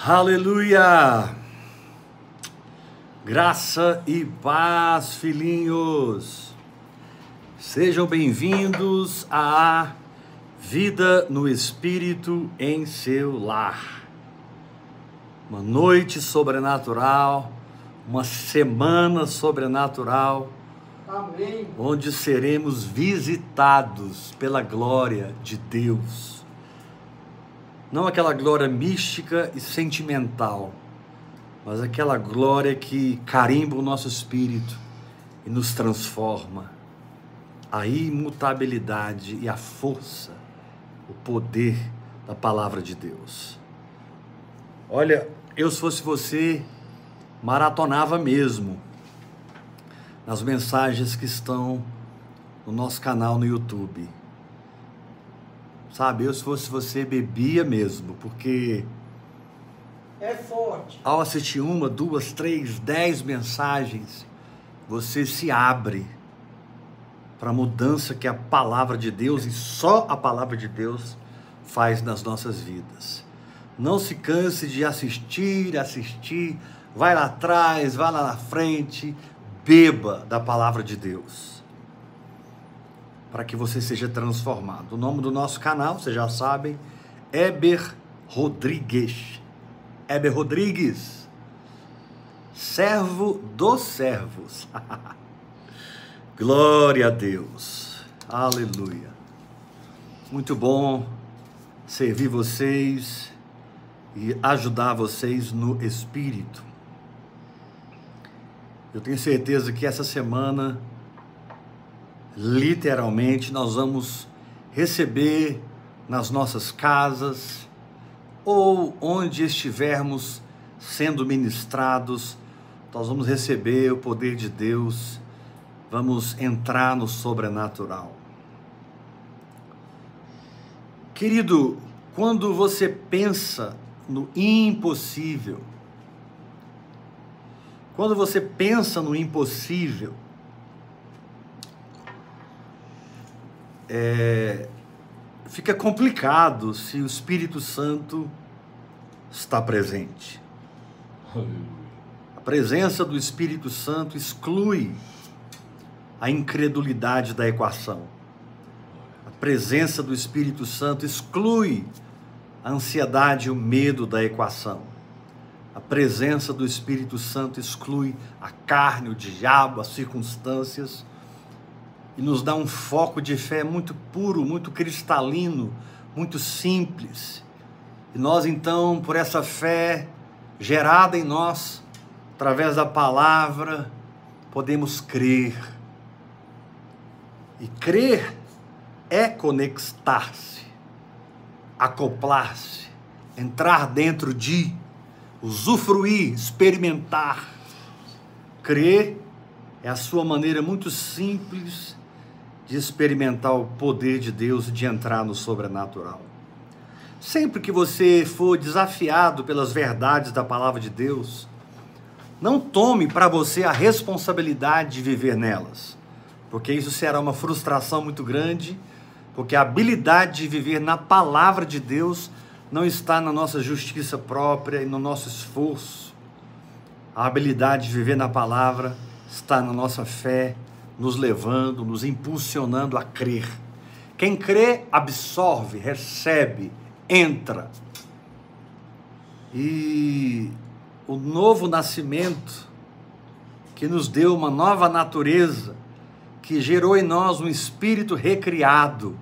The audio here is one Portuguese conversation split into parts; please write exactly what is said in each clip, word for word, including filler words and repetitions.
Aleluia! Graça e paz, filhinhos! Sejam bem-vindos à Vida no Espírito em seu lar. Uma noite sobrenatural, uma semana sobrenatural, Amém. Onde seremos visitados pela glória de Deus. Não aquela glória mística e sentimental, mas aquela glória que carimba o nosso espírito e nos transforma. A imutabilidade e a força, o poder da palavra de Deus. Olha, eu se fosse você, maratonava mesmo nas mensagens que estão no nosso canal no YouTube. Sabe, eu se fosse você, bebia mesmo, porque é forte. Ao assistir uma, duas, três, dez mensagens, você se abre para a mudança que a palavra de Deus, e só a palavra de Deus, faz nas nossas vidas. Não se canse de assistir, assistir, vai lá atrás, vai lá na frente, beba da palavra de Deus, para que você seja transformado. O nome do nosso canal, vocês já sabem, Heber Rodrigues. Heber Rodrigues, servo dos servos. Glória a Deus, aleluia. Muito bom servir vocês e ajudar vocês no Espírito. Eu tenho certeza que essa semana, literalmente, nós vamos receber nas nossas casas ou onde estivermos sendo ministrados, nós vamos receber o poder de Deus, vamos entrar no sobrenatural. Querido, quando você pensa no impossível, quando você pensa no impossível, É, fica complicado se o Espírito Santo está presente. A presença do Espírito Santo exclui a incredulidade da equação. A presença do Espírito Santo exclui a ansiedade e o medo da equação. A presença do Espírito Santo exclui a carne, o diabo, as circunstâncias, e nos dá um foco de fé muito puro, muito cristalino, muito simples. E nós então, por essa fé gerada em nós, através da palavra, podemos crer. E crer é conectar-se, acoplar-se, entrar dentro de, usufruir, experimentar. Crer é a sua maneira muito simples de experimentar o poder de Deus e de entrar no sobrenatural. Sempre que você for desafiado pelas verdades da palavra de Deus, não tome para você a responsabilidade de viver nelas, porque isso será uma frustração muito grande, porque a habilidade de viver na palavra de Deus não está na nossa justiça própria e no nosso esforço. A habilidade de viver na palavra está na nossa fé, nos levando, nos impulsionando a crer. Quem crê, absorve, recebe, entra. E o novo nascimento, que nos deu uma nova natureza, que gerou em nós um espírito recriado.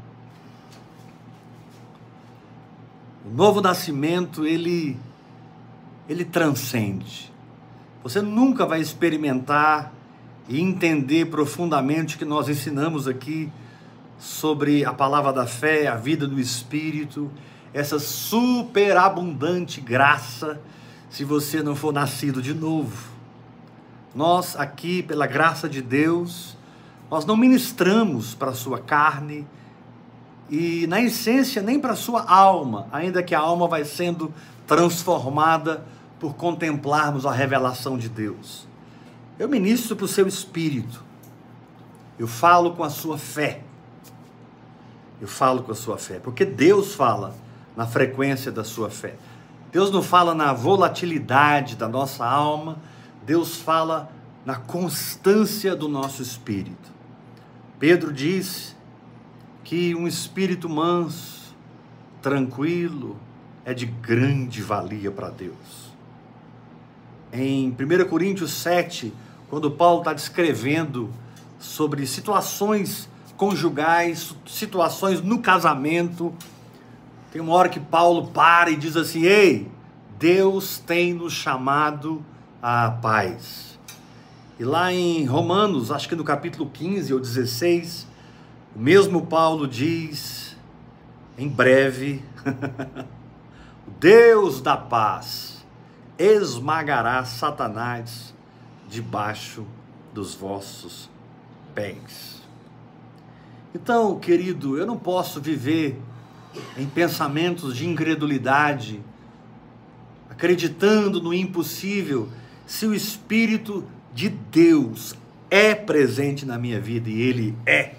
O novo nascimento, ele, ele transcende. Você nunca vai experimentar e entender profundamente o que nós ensinamos aqui sobre a palavra da fé, a vida do Espírito, essa superabundante graça, se você não for nascido de novo. Nós aqui, pela graça de Deus, nós não ministramos para a sua carne e, na essência, nem para a sua alma, ainda que a alma vai sendo transformada por contemplarmos a revelação de Deus. Eu ministro para o seu espírito, eu falo com a sua fé, eu falo com a sua fé, porque Deus fala na frequência da sua fé. Deus não fala na volatilidade da nossa alma, Deus fala na constância do nosso espírito. Pedro diz que um espírito manso, tranquilo, é de grande valia para Deus. Em primeira Coríntios sete, quando Paulo está descrevendo sobre situações conjugais, situações no casamento, tem uma hora que Paulo para e diz assim: ei, Deus tem nos chamado à paz. E lá em Romanos, acho que no capítulo quinze ou dezesseis, o mesmo Paulo diz, em breve, o Deus da paz esmagará Satanás debaixo dos vossos pés. Então, querido, eu não posso viver em pensamentos de incredulidade, acreditando no impossível, se o Espírito de Deus é presente na minha vida, e Ele é.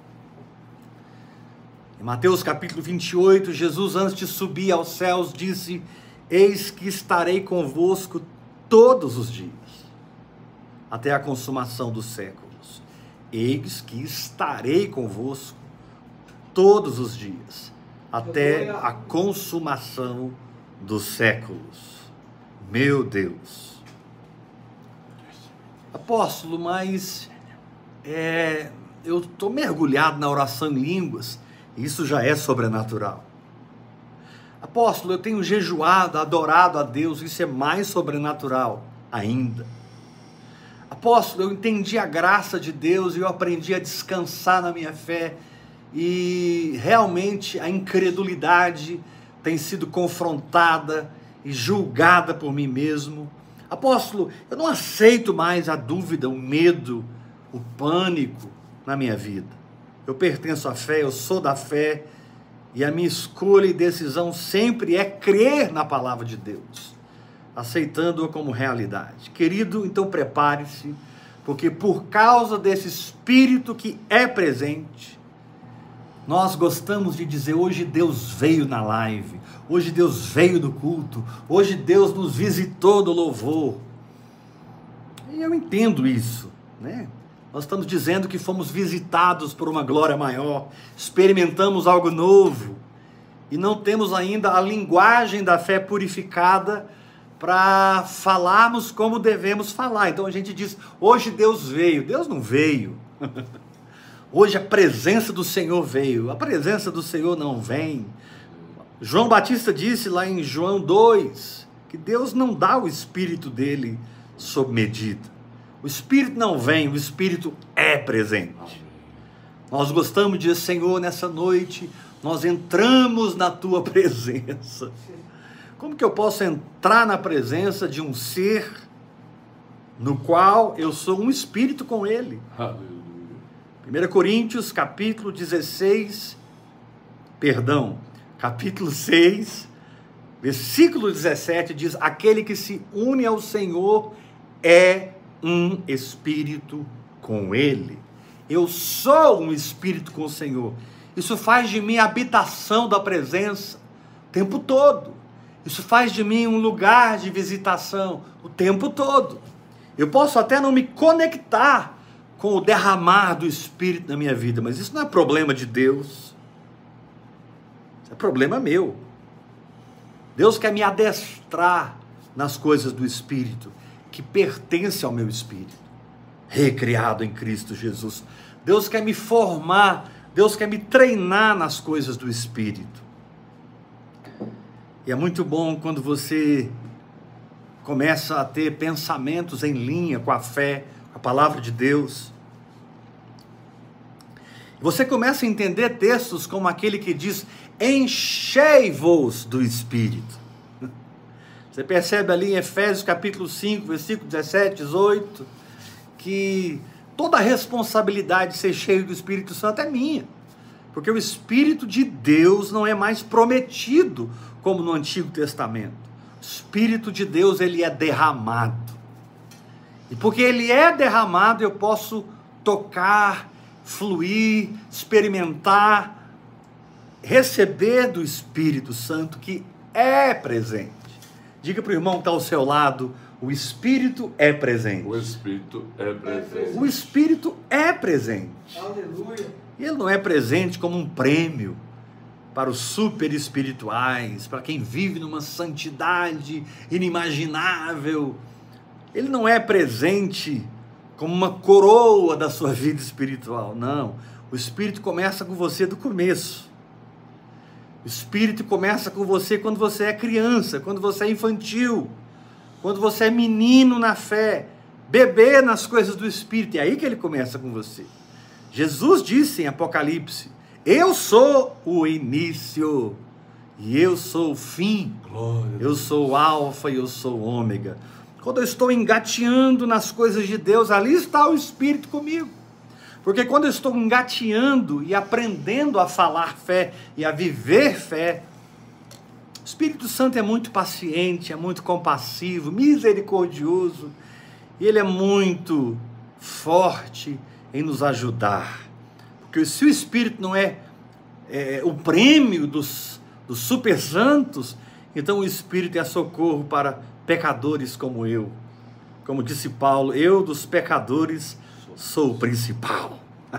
Em Mateus capítulo vinte e oito, Jesus, antes de subir aos céus, disse: eis que estarei convosco todos os dias, até a consumação dos séculos. Eis que estarei convosco todos os dias, até a consumação dos séculos. Meu Deus. Apóstolo, mas é, eu estou mergulhado na oração em línguas, isso já é sobrenatural. Apóstolo, eu tenho jejuado, adorado a Deus, isso é mais sobrenatural ainda. Apóstolo, eu entendi a graça de Deus e eu aprendi a descansar na minha fé, e realmente a incredulidade tem sido confrontada e julgada por mim mesmo. Apóstolo, eu não aceito mais a dúvida, o medo, o pânico na minha vida. Eu pertenço à fé, eu sou da fé, e a minha escolha e decisão sempre é crer na palavra de Deus, aceitando-a como realidade. Querido, então prepare-se, porque por causa desse Espírito que é presente, nós gostamos de dizer: hoje Deus veio na live, hoje Deus veio no culto, hoje Deus nos visitou no louvor. E eu entendo isso, né? Nós estamos dizendo que fomos visitados por uma glória maior, experimentamos algo novo, e não temos ainda a linguagem da fé purificada para falarmos como devemos falar. Então a gente diz: hoje Deus veio. Deus não veio. Hoje a presença do Senhor veio. A presença do Senhor não vem. João Batista disse lá em João dois, que Deus não dá o Espírito dele sob medida. O Espírito não vem, o Espírito é presente. Nós gostamos de dizer: Senhor, nessa noite nós entramos na tua presença. Como que eu posso entrar na presença de um ser no qual eu sou um espírito com ele? primeira Coríntios capítulo dezesseis, perdão, capítulo seis, versículo dezessete diz: aquele que se une ao Senhor é um espírito com ele. Eu sou um espírito com o Senhor. Isso faz de mim a habitação da presença o tempo todo. Isso faz de mim um lugar de visitação o tempo todo. Eu posso até não me conectar com o derramar do Espírito na minha vida, mas isso não é problema de Deus. Isso é problema meu. Deus quer me adestrar nas coisas do Espírito, que pertence ao meu espírito, recriado em Cristo Jesus. Deus quer me formar, Deus quer me treinar nas coisas do Espírito. E é muito bom quando você começa a ter pensamentos em linha com a fé, com a palavra de Deus. Você começa a entender textos como aquele que diz: enchei-vos do Espírito. Você percebe ali em Efésios capítulo cinco, versículo dezessete, dezoito, que toda a responsabilidade de ser cheio do Espírito Santo é minha. Porque o Espírito de Deus não é mais prometido como no Antigo Testamento. O Espírito de Deus, ele é derramado. E porque ele é derramado, eu posso tocar, fluir, experimentar, receber do Espírito Santo que é presente. Diga para o irmão que está ao seu lado, o Espírito é presente. O Espírito é presente. O Espírito é presente. Aleluia. E ele não é presente como um prêmio para os super espirituais, para quem vive numa santidade inimaginável. Ele não é presente como uma coroa da sua vida espiritual, não. O Espírito começa com você do começo. O Espírito começa com você quando você é criança, quando você é infantil, quando você é menino na fé, bebê nas coisas do Espírito. É aí que ele começa com você. Jesus disse em Apocalipse: eu sou o início e eu sou o fim. Glória a Deus. Eu sou o alfa e eu sou o ômega. Quando eu estou engateando nas coisas de Deus, ali está o Espírito comigo. Porque quando eu estou engateando e aprendendo a falar fé e a viver fé, o Espírito Santo é muito paciente, é muito compassivo, misericordioso, e ele é muito forte em nos ajudar. Porque se o Espírito não é, é o prêmio dos, dos super santos, então o Espírito é socorro para pecadores como eu. Como disse Paulo, eu dos pecadores sou o principal.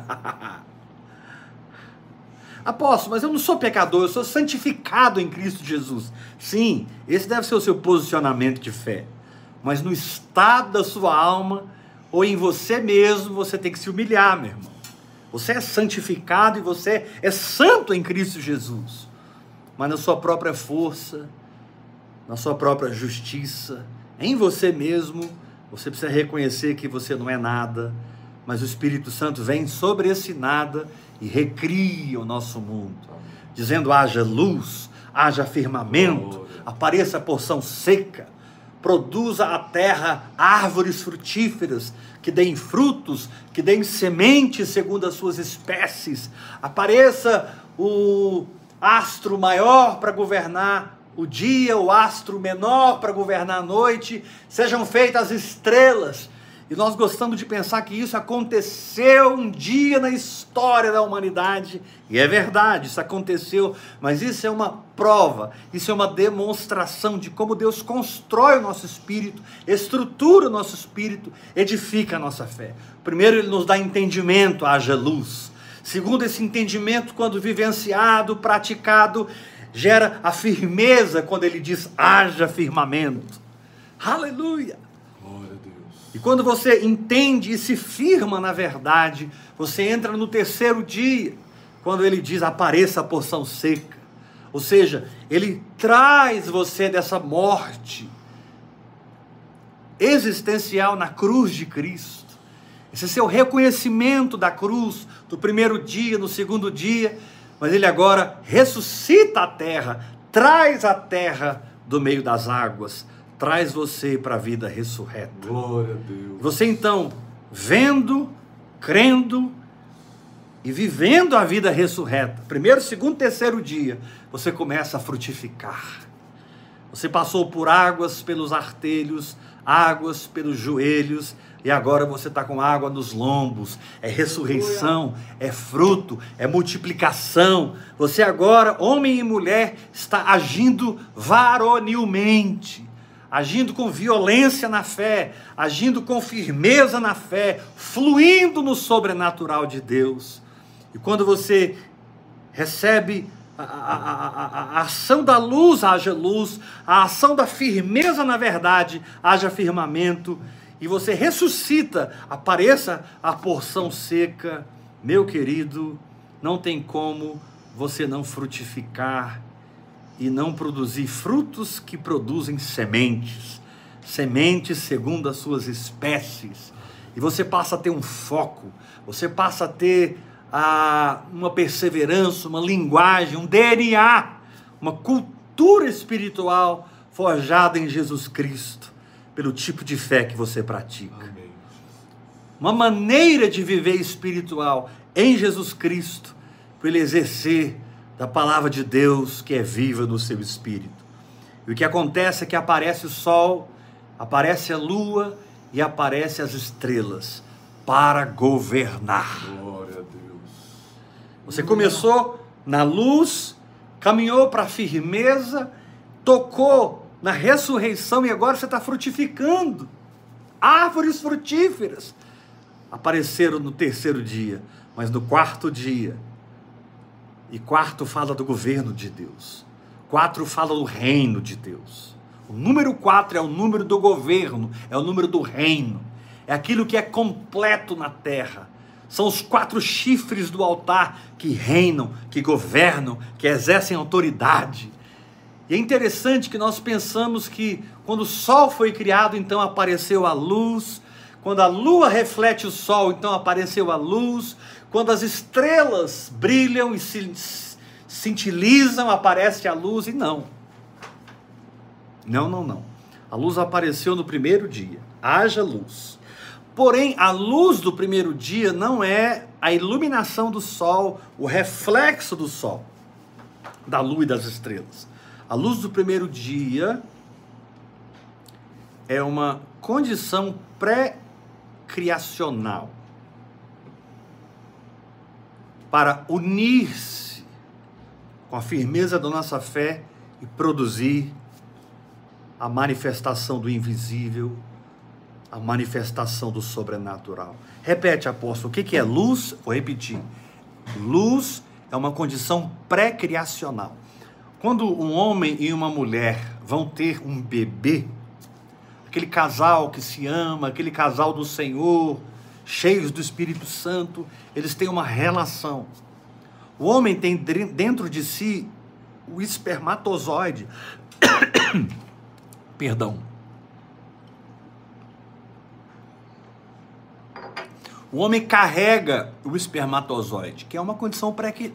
Apóstolo, mas eu não sou pecador, eu sou santificado em Cristo Jesus. Sim, esse deve ser o seu posicionamento de fé. Mas no estado da sua alma, ou em você mesmo, você tem que se humilhar, meu irmão. Você é santificado e você é santo em Cristo Jesus. Mas na sua própria força, na sua própria justiça, em você mesmo, você precisa reconhecer que você não é nada, mas o Espírito Santo vem sobre esse nada e recria o nosso mundo, dizendo: haja luz, haja firmamento, apareça a porção seca, produza a terra árvores frutíferas, que deem frutos, que deem sementes segundo as suas espécies, apareça o astro maior para governar o dia, o astro menor para governar a noite, sejam feitas as estrelas. E nós gostamos de pensar que isso aconteceu um dia na história da humanidade, e é verdade, isso aconteceu, mas isso é uma prova, isso é uma demonstração de como Deus constrói o nosso espírito, estrutura o nosso espírito, edifica a nossa fé. Primeiro, ele nos dá entendimento, haja luz. Segundo, esse entendimento, quando vivenciado, praticado, gera a firmeza quando ele diz: haja firmamento. Aleluia! Glória a Deus. E quando você entende e se firma na verdade, você entra no terceiro dia, quando ele diz: apareça a porção seca. Ou seja, ele traz você dessa morte existencial na cruz de Cristo. Esse seu reconhecimento da cruz, do primeiro dia, no segundo dia, mas ele agora ressuscita a terra, traz a terra do meio das águas, traz você para a vida ressurreta. Glória a Deus. Você então, vendo, crendo e vivendo a vida ressurreta, primeiro, segundo, terceiro dia, você começa a frutificar. Você passou por águas pelos artelhos, águas pelos joelhos, e agora você está com água nos lombos. É ressurreição, é fruto, é multiplicação. Você agora, homem e mulher, está agindo varonilmente, agindo com violência na fé, agindo com firmeza na fé, fluindo no sobrenatural de Deus. E quando você recebe a, a, a, a ação da luz, haja luz, a ação da firmeza na verdade, haja firmamento, e você ressuscita, apareça a porção seca, meu querido, não tem como você não frutificar e não produzir frutos que produzem sementes, sementes segundo as suas espécies, e você passa a ter um foco, você passa a ter a, uma perseverança, uma linguagem, um D N A, uma cultura espiritual forjada em Jesus Cristo, pelo tipo de fé que você pratica. Amém. Uma maneira de viver espiritual em Jesus Cristo, para ele exercer da palavra de Deus que é viva no seu espírito. E o que acontece é que aparece o sol, aparece a lua e aparece as estrelas para governar. Glória a Deus. Você começou na luz, caminhou para a firmeza, tocou na ressurreição, e agora você está frutificando. Árvores frutíferas apareceram no terceiro dia, mas no quarto dia. E quarto fala do governo de Deus. Quatro fala do reino de Deus. O número quatro é o número do governo, é o número do reino. É aquilo que é completo na terra. São os quatro chifres do altar que reinam, que governam, que exercem autoridade. E é interessante que nós pensamos que quando o sol foi criado, então apareceu a luz. Quando a lua reflete o sol, então apareceu a luz. Quando as estrelas brilham e cintilizam, aparece a luz. E não. Não, não, não. A luz apareceu no primeiro dia. Haja luz. Porém, a luz do primeiro dia não é a iluminação do sol, o reflexo do sol, da lua e das estrelas. A luz do primeiro dia é uma condição pré-criacional para unir-se com a firmeza da nossa fé e produzir a manifestação do invisível, a manifestação do sobrenatural. Repete, apóstolo, o que é luz? Vou repetir. Luz é uma condição pré-criacional. Quando um homem e uma mulher vão ter um bebê, aquele casal que se ama, aquele casal do Senhor, cheios do Espírito Santo, eles têm uma relação. O homem tem dentro de si o espermatozoide. Perdão. O homem carrega o espermatozoide, que é uma condição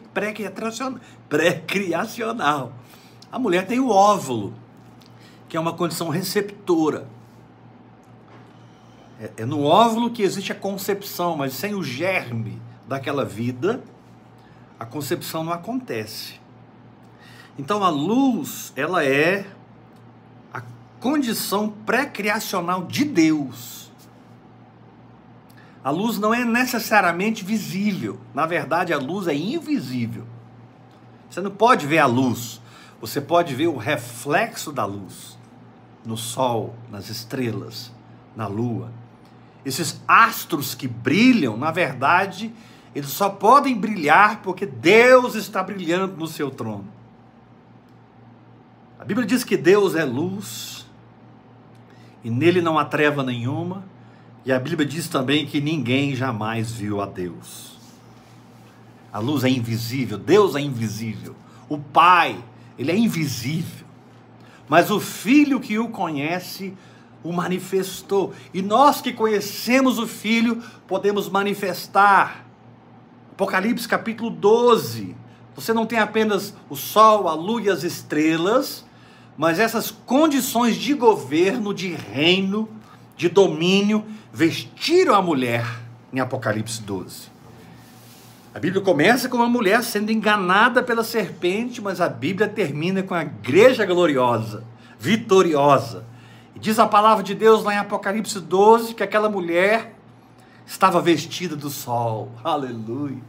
pré-criacional. A mulher tem o óvulo, que é uma condição receptora. É, é no óvulo que existe a concepção, mas sem o germe daquela vida, a concepção não acontece. Então a luz, ela é a condição pré-criacional de Deus. A luz não é necessariamente visível. Na verdade, a luz é invisível. Você não pode ver a luz. Você pode ver o reflexo da luz no sol, nas estrelas, na lua. Esses astros que brilham, na verdade, eles só podem brilhar porque Deus está brilhando no seu trono. A Bíblia diz que Deus é luz e nele não há treva nenhuma. E a Bíblia diz também que ninguém jamais viu a Deus. A luz é invisível, Deus é invisível. O Pai, ele é invisível. Mas o Filho que o conhece, o manifestou. E nós que conhecemos o Filho, podemos manifestar. Apocalipse capítulo doze. Você não tem apenas o sol, a lua e as estrelas, mas essas condições de governo, de reino, de domínio, vestiram a mulher em Apocalipse doze. A Bíblia começa com uma mulher sendo enganada pela serpente, mas a Bíblia termina com a igreja gloriosa, vitoriosa. E diz a palavra de Deus lá em Apocalipse doze, que aquela mulher estava vestida do sol. Aleluia.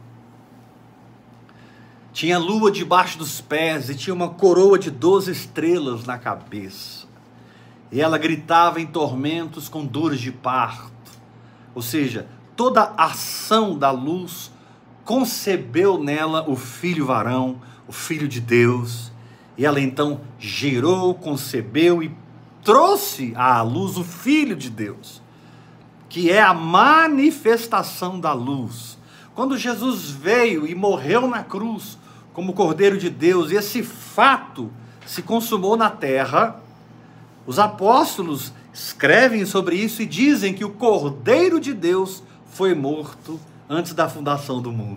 Tinha lua debaixo dos pés e tinha uma coroa de doze estrelas na cabeça. E ela gritava em tormentos com dores de parto. Ou seja, toda a ação da luz concebeu nela o filho varão, o filho de Deus. E ela então gerou, concebeu e trouxe à luz o filho de Deus, que é a manifestação da luz. Quando Jesus veio e morreu na cruz como Cordeiro de Deus, e esse fato se consumou na terra, os apóstolos escrevem sobre isso e dizem que o Cordeiro de Deus foi morto antes da fundação do mundo.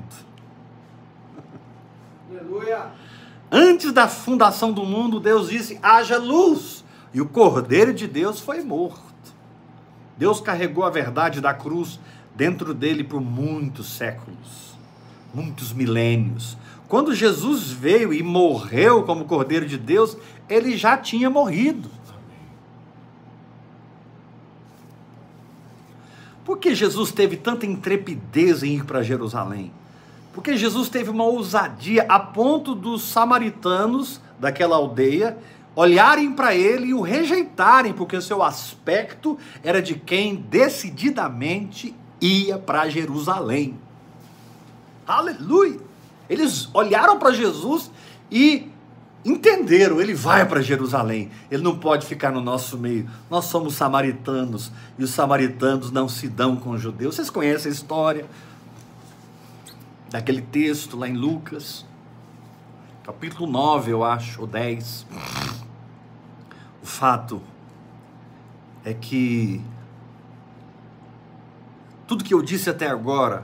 Aleluia. Antes da fundação do mundo, Deus disse, haja luz, e o Cordeiro de Deus foi morto. Deus carregou a verdade da cruz dentro dele por muitos séculos, muitos milênios. Quando Jesus veio e morreu como Cordeiro de Deus, ele já tinha morrido. Por que Jesus teve tanta intrepidez em ir para Jerusalém? Porque Jesus teve uma ousadia a ponto dos samaritanos daquela aldeia olharem para ele e o rejeitarem, porque o seu aspecto era de quem decididamente ia para Jerusalém. Aleluia! Eles olharam para Jesus e entenderam, ele vai para Jerusalém, ele não pode ficar no nosso meio. Nós somos samaritanos e os samaritanos não se dão com os judeus. Vocês conhecem a história daquele texto lá em Lucas, capítulo nove, eu acho, ou dez. O fato é que tudo que eu disse até agora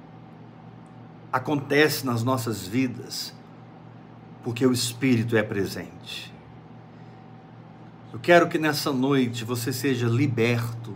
acontece nas nossas vidas porque o Espírito é presente. Eu quero que nessa noite você seja liberto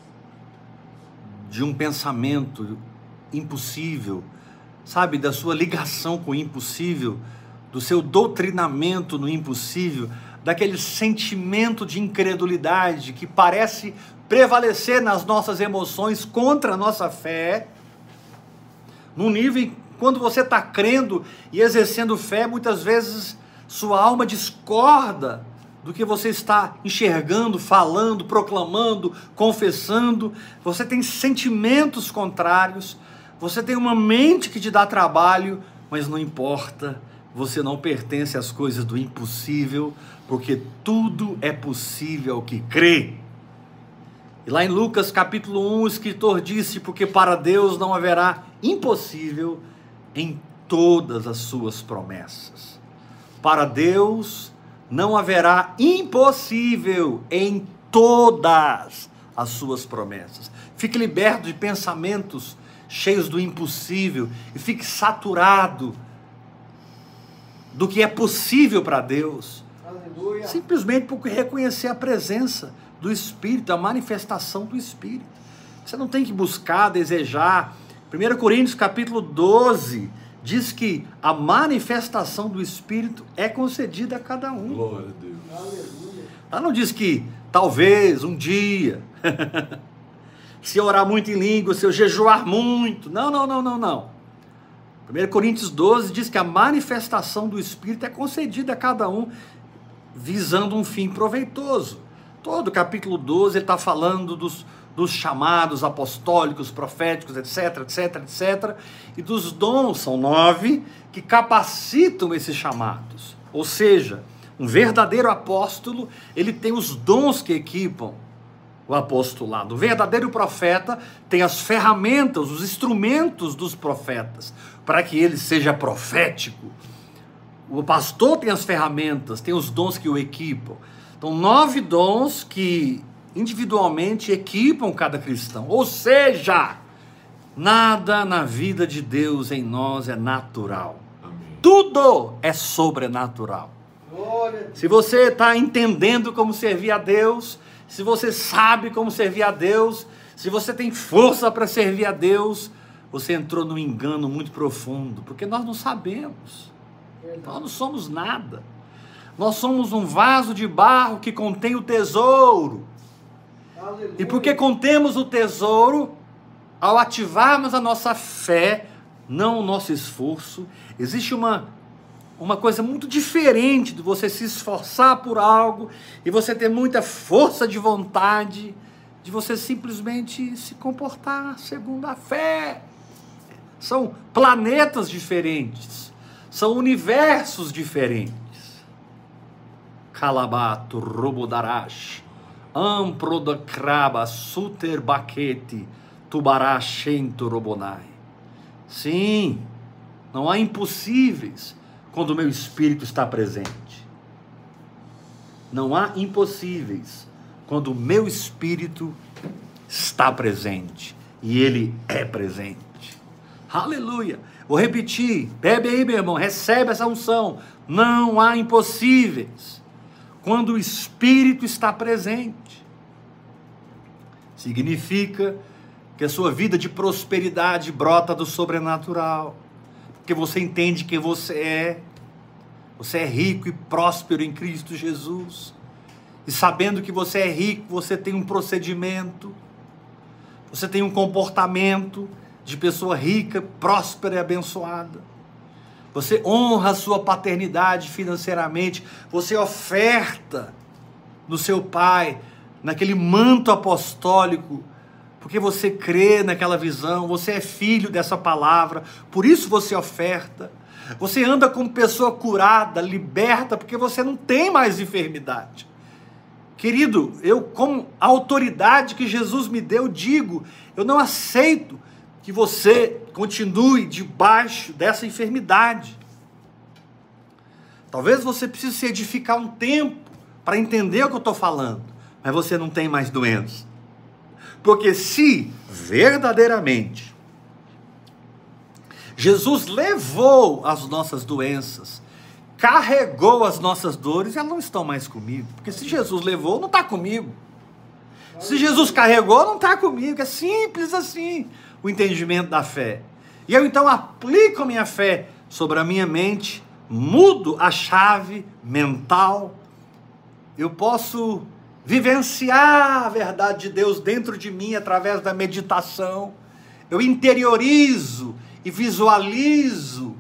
de um pensamento impossível, sabe, da sua ligação com o impossível, do seu doutrinamento no impossível, daquele sentimento de incredulidade que parece prevalecer nas nossas emoções contra a nossa fé, num nível em quando você está crendo e exercendo fé, muitas vezes sua alma discorda do que você está enxergando, falando, proclamando, confessando. Você tem sentimentos contrários, você tem uma mente que te dá trabalho, mas não importa, você não pertence às coisas do impossível, porque tudo é possível ao que crê. E lá em Lucas capítulo um, o escritor disse, porque para Deus não haverá impossível em todas as suas promessas. Para Deus não haverá impossível em todas as suas promessas. Fique liberto de pensamentos cheios do impossível e fique saturado do que é possível para Deus. Aleluia. Simplesmente por reconhecer a presença do Espírito, a manifestação do Espírito. Você não tem que buscar, desejar. primeira Coríntios capítulo doze diz que a manifestação do Espírito é concedida a cada um. Glória a Deus. Aleluia. Ela não diz que talvez um dia, se eu orar muito em língua, se eu jejuar muito. Não, não, não, não, não. primeira Coríntios doze diz que a manifestação do Espírito é concedida a cada um, visando um fim proveitoso. Todo o capítulo doze ele está falando dos, dos chamados apostólicos, proféticos, etc, etc, etc, e dos dons, são nove, que capacitam esses chamados. Ou seja, um verdadeiro apóstolo, ele tem os dons que equipam o apostolado. O verdadeiro profeta tem as ferramentas, os instrumentos dos profetas, para que ele seja profético. O pastor tem as ferramentas, tem os dons que o equipam. Então, nove dons que individualmente equipam cada cristão. Ou seja, nada na vida de Deus em nós é natural. Amém. Tudo é sobrenatural. Glória a Deus. Se você está entendendo como servir a Deus, se você sabe como servir a Deus, se você tem força para servir a Deus, você entrou num engano muito profundo, porque nós não sabemos. Nós não somos nada. Nós somos um vaso de barro que contém o tesouro. Aleluia. E porque contemos o tesouro, ao ativarmos a nossa fé, não o nosso esforço, existe uma, uma coisa muito diferente de você se esforçar por algo e você ter muita força de vontade, de você simplesmente se comportar segundo a fé. São planetas diferentes, são universos diferentes. Calabato, Robodarash, Amprodacraba, Suter Baquete, Tubarachento Robonai. Sim, não há impossíveis quando o meu Espírito está presente. Não há impossíveis quando o meu Espírito está presente. E Ele é presente. Aleluia. Vou repetir. Bebe aí, meu irmão. Recebe essa unção. Não há impossíveis quando o Espírito está presente. Significa que a sua vida de prosperidade brota do sobrenatural. Porque você entende quem você é. Você é rico e próspero em Cristo Jesus. E sabendo que você é rico, você tem um procedimento. Você tem um comportamento de pessoa rica, próspera e abençoada. você honra a sua paternidade financeiramente, você oferta no seu pai, naquele manto apostólico, porque você crê naquela visão, você é filho dessa palavra, por isso você oferta. Você anda como pessoa curada, liberta, porque você não tem mais enfermidade. Querido, eu, com a autoridade que Jesus me deu, digo, eu não aceito que você continue debaixo dessa enfermidade. Talvez você precise se edificar um tempo para entender o que eu estou falando, mas você não tem mais doença. Porque se verdadeiramente Jesus levou as nossas doenças, carregou as nossas dores, elas não estão mais comigo. Porque se Jesus levou, não está comigo. Se Jesus carregou, não está comigo. É simples assim o entendimento da fé. E eu então aplico a minha fé sobre a minha mente, mudo a chave mental. Eu posso vivenciar a verdade de Deus dentro de mim através da meditação. Eu interiorizo e visualizo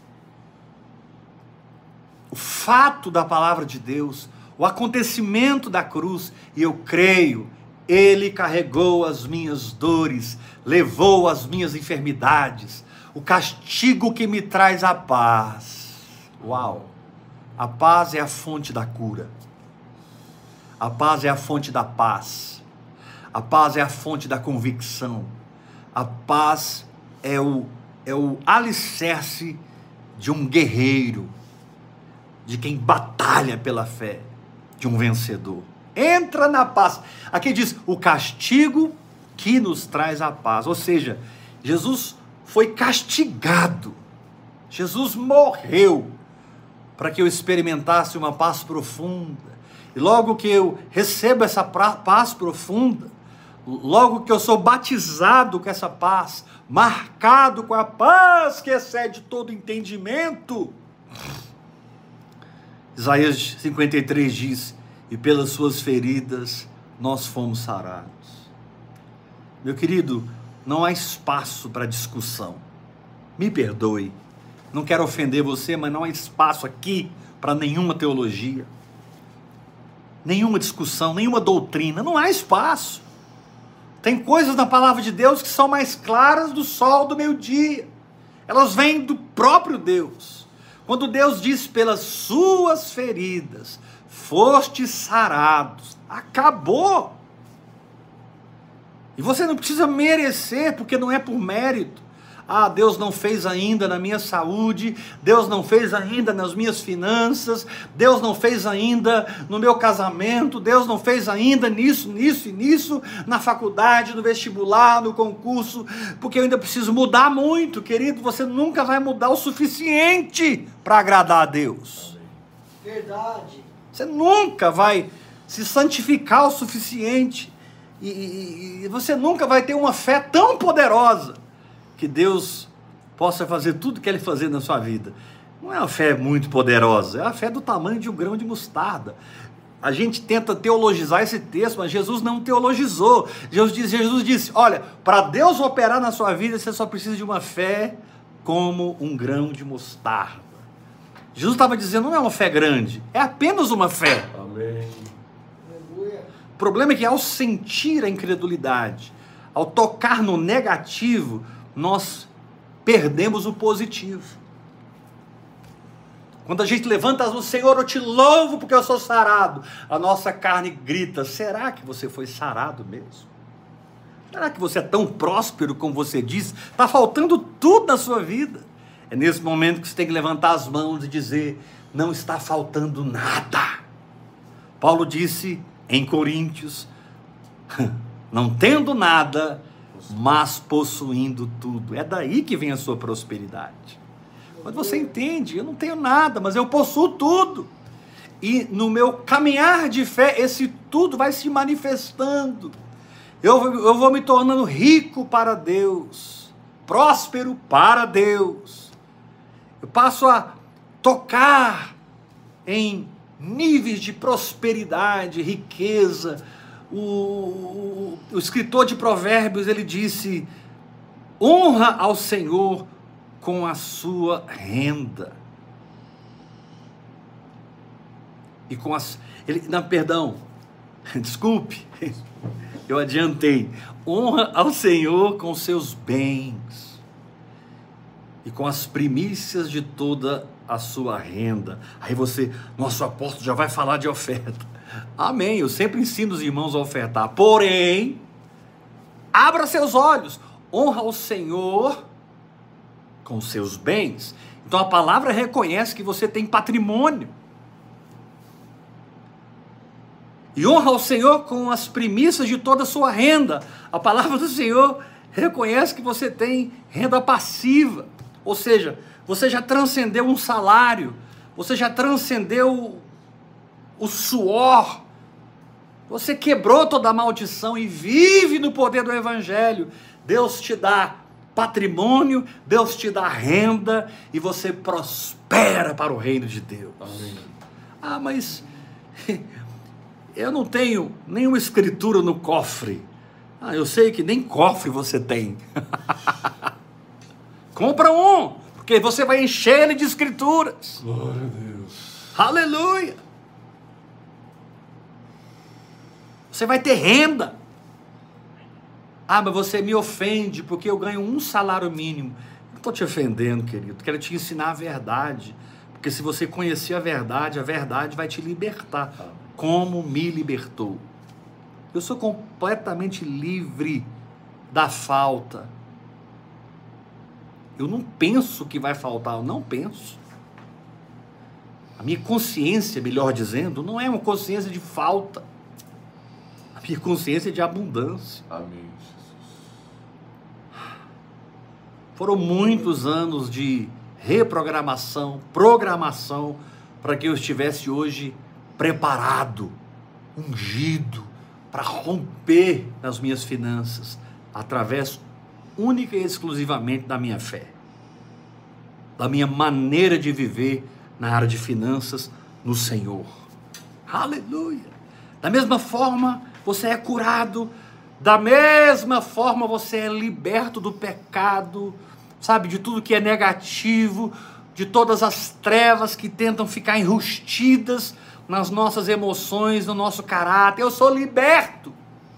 o fato da palavra de Deus, o acontecimento da cruz, e eu creio, Ele carregou as minhas dores, levou as minhas enfermidades, o castigo que me traz a paz. Uau! A paz é a fonte da cura. A paz é a fonte da paz. A paz é a fonte da convicção. A paz é o, é o alicerce de um guerreiro, de quem batalha pela fé, de um vencedor. Entra na paz. Aqui diz, o castigo que nos traz a paz. Ou seja, Jesus foi castigado. Jesus morreu para que eu experimentasse uma paz profunda. E logo que eu recebo essa paz profunda, logo que eu sou batizado com essa paz, marcado com a paz que excede todo entendimento, Isaías cinquenta e três diz, e pelas suas feridas nós fomos sarados. Meu querido, não há espaço para discussão. Me perdoe, não quero ofender você, mas não há espaço aqui para nenhuma teologia, nenhuma discussão, nenhuma doutrina, não há espaço. Tem coisas na palavra de Deus que são mais claras do sol do meio-dia. Elas vêm do próprio Deus. Quando Deus diz, pelas suas feridas, fostes sarados, acabou. E você não precisa merecer, porque não é por mérito. Ah, Deus não fez ainda na minha saúde, Deus não fez ainda nas minhas finanças, Deus não fez ainda no meu casamento, Deus não fez ainda nisso, nisso e nisso, na faculdade, no vestibular, no concurso, porque eu ainda preciso mudar muito, querido. Você nunca vai mudar o suficiente para agradar a Deus. Verdade. Você nunca vai se santificar o suficiente, e, e, e você nunca vai ter uma fé tão poderosa que Deus possa fazer tudo que Ele fazer na sua vida. Não é uma fé muito poderosa, é a fé do tamanho de um grão de mostarda. A gente tenta teologizar esse texto, mas Jesus não teologizou. Jesus disse, Jesus disse, olha, para Deus operar na sua vida, você só precisa de uma fé como um grão de mostarda. Jesus estava dizendo, não é uma fé grande, é apenas uma fé. Amém. O problema é que ao sentir a incredulidade, ao tocar no negativo, nós perdemos o positivo. Quando a gente levanta as mãos, Senhor, eu te louvo porque eu sou sarado, a nossa carne grita, será que você foi sarado mesmo? Será que você é tão próspero como você diz? Está faltando tudo na sua vida. É nesse momento que você tem que levantar as mãos e dizer, não está faltando nada. Paulo disse em Coríntios, não tendo nada, mas possuindo tudo. É daí que vem a sua prosperidade. Quando você entende, eu não tenho nada, mas eu possuo tudo. E no meu caminhar de fé, esse tudo vai se manifestando. Eu, eu vou me tornando rico para Deus, próspero para Deus. Eu passo a tocar em níveis de prosperidade, riqueza. O, o, o escritor de Provérbios, ele disse, honra ao Senhor com a sua renda. E com as... Ele, não, perdão, desculpe, eu adiantei. Honra ao Senhor com seus bens e com as primícias de toda a sua renda. Aí você, nosso apóstolo já vai falar de oferta. Amém, eu sempre ensino os irmãos a ofertar. Porém, abra seus olhos, honra ao Senhor com seus bens. Então a palavra reconhece que você tem patrimônio. E honra ao Senhor com as primícias de toda a sua renda. A palavra do Senhor reconhece que você tem renda passiva. Ou seja, você já transcendeu um salário. Você já transcendeu o suor. Você quebrou toda a maldição e vive no poder do Evangelho. Deus te dá patrimônio, Deus te dá renda e você prospera para o reino de Deus. Amém. Ah, mas... eu não tenho nenhuma escritura no cofre. Ah, eu sei que nem cofre você tem. Compra um, porque você vai encher ele de escrituras. Glória a Deus. Aleluia. Você vai ter renda. Ah, mas você me ofende porque eu ganho um salário mínimo. Não estou te ofendendo, querido. Quero te ensinar a verdade. Porque se você conhecer a verdade, a verdade vai te libertar. Como me libertou. Eu sou completamente livre da falta. Eu não penso que vai faltar, eu não penso. A minha consciência, melhor dizendo, não é uma consciência de falta. A minha consciência é de abundância. Amém, Jesus. Foram muitos anos de reprogramação, programação, para que eu estivesse hoje preparado, ungido, para romper nas minhas finanças, através única e exclusivamente da minha fé, da minha maneira de viver na área de finanças no Senhor. Aleluia! Da mesma forma, você é curado, da mesma forma você é liberto do pecado, sabe, de tudo que é negativo, de todas as trevas que tentam ficar enrustidas nas nossas emoções, no nosso caráter. Eu sou liberto.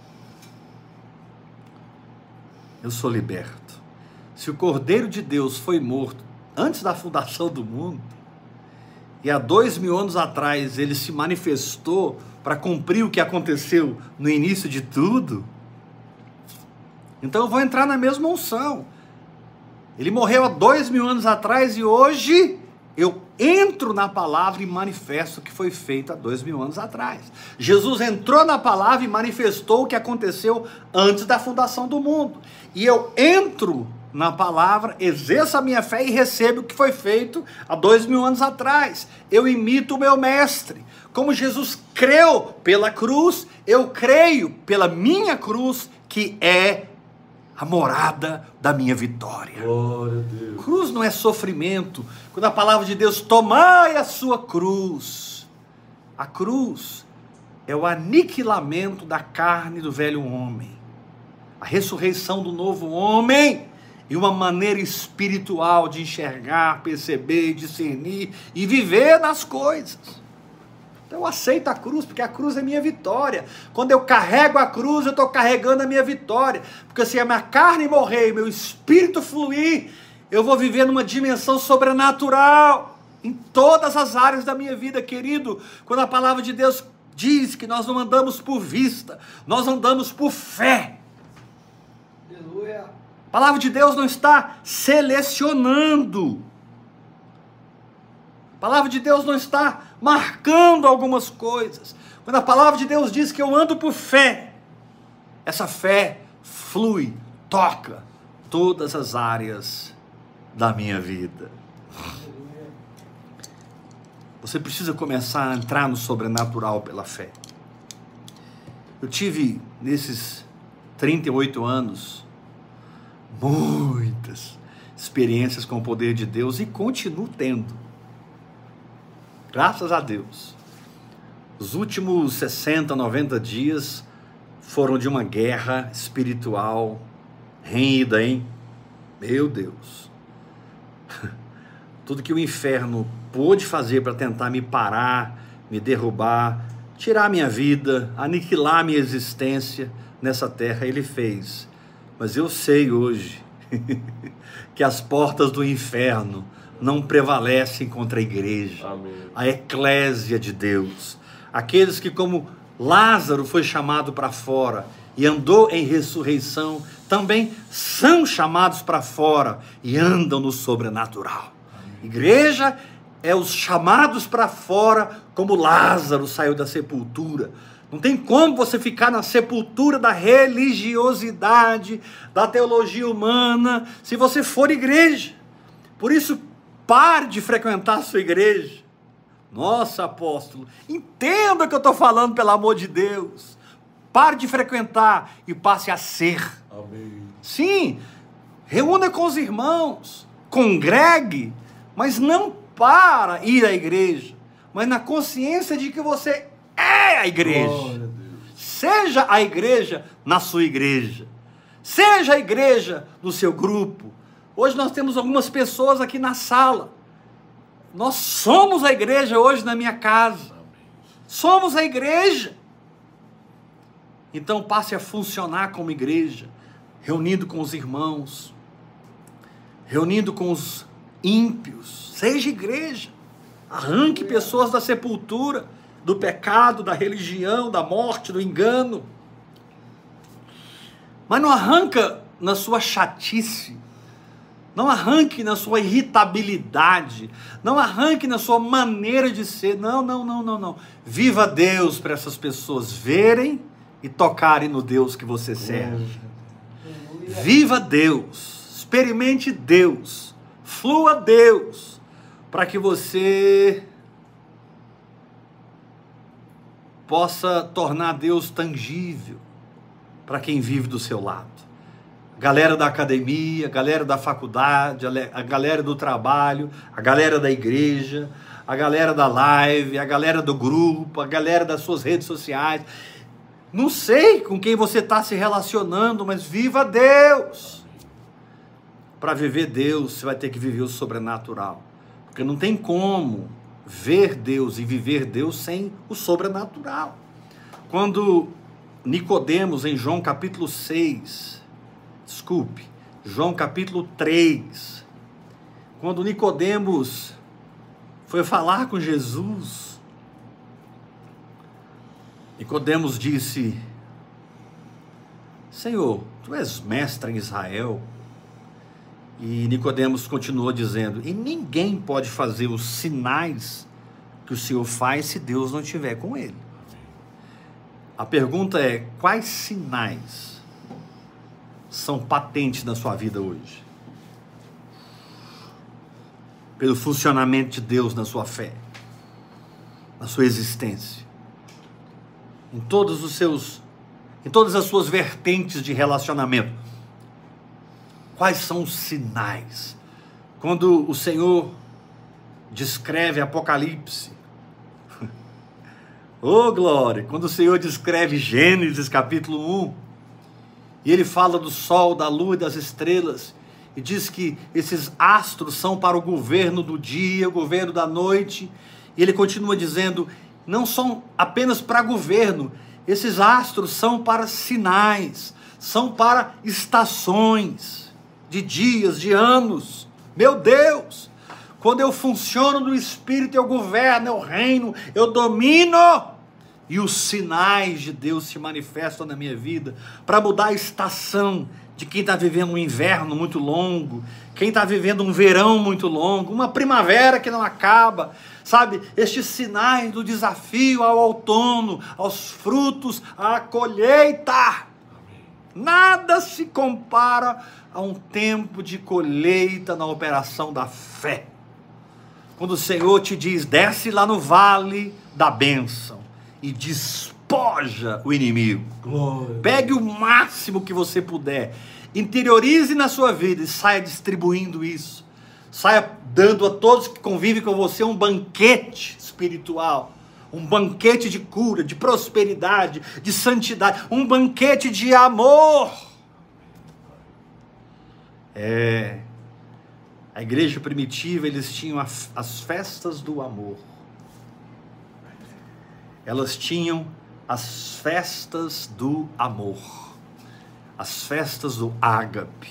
Eu sou liberto. Se o Cordeiro de Deus foi morto antes da fundação do mundo, e há dois mil anos atrás ele se manifestou para cumprir o que aconteceu no início de tudo, então eu vou entrar na mesma unção. Ele morreu há dois mil anos atrás e hoje eu entro na palavra e manifesto o que foi feito há dois mil anos atrás. Jesus entrou na palavra e manifestou o que aconteceu antes da fundação do mundo. E eu entro na palavra, exerço a minha fé e recebo o que foi feito há dois mil anos atrás. Eu imito o meu mestre. Como Jesus creu pela cruz, eu creio pela minha cruz, que é a morada da minha vitória. Glória a Deus. Cruz não é sofrimento. Quando a palavra de Deus, tomai a sua cruz. A cruz é o aniquilamento da carne do velho homem. A ressurreição do novo homem. E uma maneira espiritual de enxergar, perceber, discernir e viver nas coisas. Então eu aceito a cruz, porque a cruz é minha vitória. Quando eu carrego a cruz, eu estou carregando a minha vitória. Porque se a minha carne morrer e meu espírito fluir, eu vou viver numa dimensão sobrenatural, em todas as áreas da minha vida, querido. Quando a palavra de Deus diz que nós não andamos por vista, nós andamos por fé. Aleluia. A palavra de Deus não está selecionando. A palavra de Deus não está marcando algumas coisas. Quando a palavra de Deus diz que eu ando por fé, essa fé flui, toca todas as áreas da minha vida. Você precisa começar a entrar no sobrenatural pela fé. Eu tive, nesses trinta e oito anos, muitas experiências com o poder de Deus e continuo tendo. Graças a Deus. Os últimos sessenta, noventa dias foram de uma guerra espiritual renhida, hein? Meu Deus. Tudo que o inferno pôde fazer para tentar me parar, me derrubar, tirar minha vida, aniquilar minha existência nessa terra, ele fez. Mas eu sei hoje que as portas do inferno não prevalecem contra a igreja, Amém. A eclésia de Deus. Aqueles que, como Lázaro foi chamado para fora e andou em ressurreição, também são chamados para fora e andam no sobrenatural. Amém. Igreja é os chamados para fora, como Lázaro saiu da sepultura. Não tem como você ficar na sepultura da religiosidade, da teologia humana, se você for igreja. Por isso, pare de frequentar a sua igreja. Nossa, apóstolo, entenda o que eu estou falando, pelo amor de Deus. Pare de frequentar e passe a ser. Amém. Sim, reúna com os irmãos, congregue, mas não para ir à igreja, mas na consciência de que você é a igreja. Glória a Deus. Seja a igreja na sua igreja. Seja a igreja no seu grupo. Hoje nós temos algumas pessoas aqui na sala. Nós somos a igreja hoje na minha casa. Somos a igreja. Então passe a funcionar como igreja, reunindo com os irmãos, reunindo com os ímpios. Seja igreja. Arranque pessoas da sepultura, do pecado, da religião, da morte, do engano. Mas não arranca na sua chatice, não arranque na sua irritabilidade, não arranque na sua maneira de ser. Não, não, não, não, não. Viva Deus para essas pessoas verem e tocarem no Deus que você serve. Viva Deus, experimente Deus, flua Deus, para que você possa tornar Deus tangível para quem vive do seu lado. Galera da academia, a galera da faculdade, a galera do trabalho, a galera da igreja, a galera da live, a galera do grupo, a galera das suas redes sociais. Não sei com quem você está se relacionando, mas viva Deus. Para viver Deus, você vai ter que viver o sobrenatural. Porque não tem como ver Deus e viver Deus sem o sobrenatural. Quando Nicodemos, em João capítulo seis, desculpe, João capítulo três, quando Nicodemos foi falar com Jesus, Nicodemos disse: Senhor, tu és mestre em Israel. E Nicodemos continuou dizendo: e ninguém pode fazer os sinais que o Senhor faz se Deus não estiver com ele. A pergunta é: quais sinais são patentes na sua vida hoje? Pelo funcionamento de Deus na sua fé, na sua existência, em todos os seus, em todas as suas vertentes de relacionamento. Quais são os sinais? Quando o Senhor descreve Apocalipse, oh glória, quando o Senhor descreve Gênesis capítulo um, e ele fala do sol, da lua e das estrelas, e diz que esses astros são para o governo do dia, o governo da noite, e ele continua dizendo, não são apenas para governo, esses astros são para sinais, são para estações, de dias, de anos. Meu Deus, quando eu funciono no Espírito, eu governo, eu reino, eu domino, e os sinais de Deus se manifestam na minha vida, para mudar a estação de quem está vivendo um inverno muito longo, quem está vivendo um verão muito longo, uma primavera que não acaba, sabe, estes sinais do desafio ao outono, aos frutos, à colheita. Nada se compara a um tempo de colheita na operação da fé. Quando o Senhor te diz, desce lá no vale da bênção e despoja o inimigo. Glória. Pegue o máximo que você puder, interiorize na sua vida e saia distribuindo isso. Saia dando a todos que convivem com você um banquete espiritual. Um banquete de cura, de prosperidade, de santidade, um banquete de amor. É, A igreja primitiva, eles tinham as festas do amor. Elas tinham as festas do amor. As festas do ágape.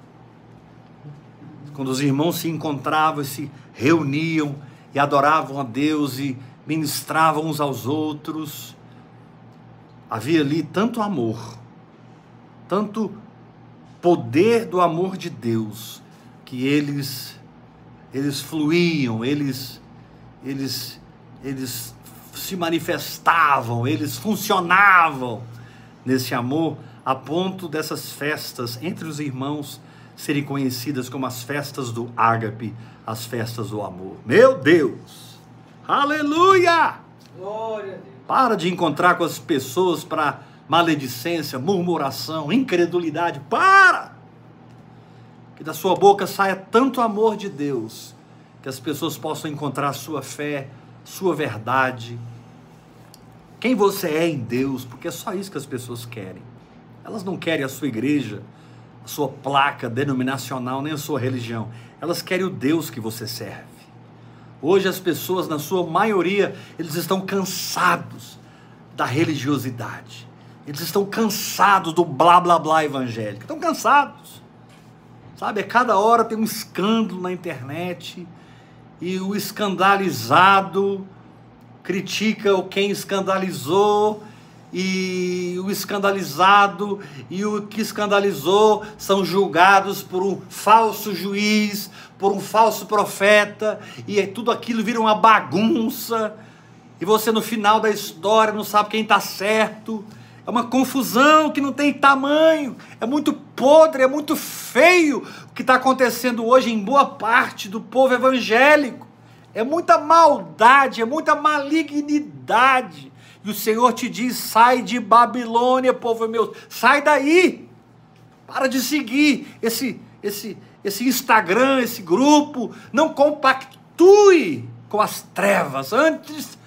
Quando os irmãos se encontravam, se reuniam e adoravam a Deus e ministravam uns aos outros, havia ali tanto amor, tanto poder do amor de Deus, que eles, eles fluíam, eles, eles, eles se manifestavam, eles funcionavam nesse amor, a ponto dessas festas entre os irmãos serem conhecidas como as festas do ágape, as festas do amor. Meu Deus! Aleluia! Glória a Deus. Para de encontrar com as pessoas para maledicência, murmuração, incredulidade. Para! Que da sua boca saia tanto amor de Deus, que as pessoas possam encontrar sua fé, sua verdade, quem você é em Deus, porque é só isso que as pessoas querem. Elas não querem a sua igreja, a sua placa denominacional, nem a sua religião. Elas querem o Deus que você serve. Hoje as pessoas, na sua maioria, eles estão cansados da religiosidade. Eles estão cansados do blá blá blá evangélico. Estão cansados. Sabe, a cada hora tem um escândalo na internet e o escandalizado critica o quem escandalizou e o escandalizado e o que escandalizou são julgados por um falso juiz, por um falso profeta, e tudo aquilo vira uma bagunça e você no final da história não sabe quem está certo. É uma confusão que não tem tamanho, é muito podre, é muito feio o que está acontecendo hoje em boa parte do povo evangélico. É muita maldade, é muita malignidade. E o Senhor te diz, sai de Babilônia, povo meu, sai daí. Para de seguir esse, esse, esse Instagram, esse grupo, não compactue com as trevas, antes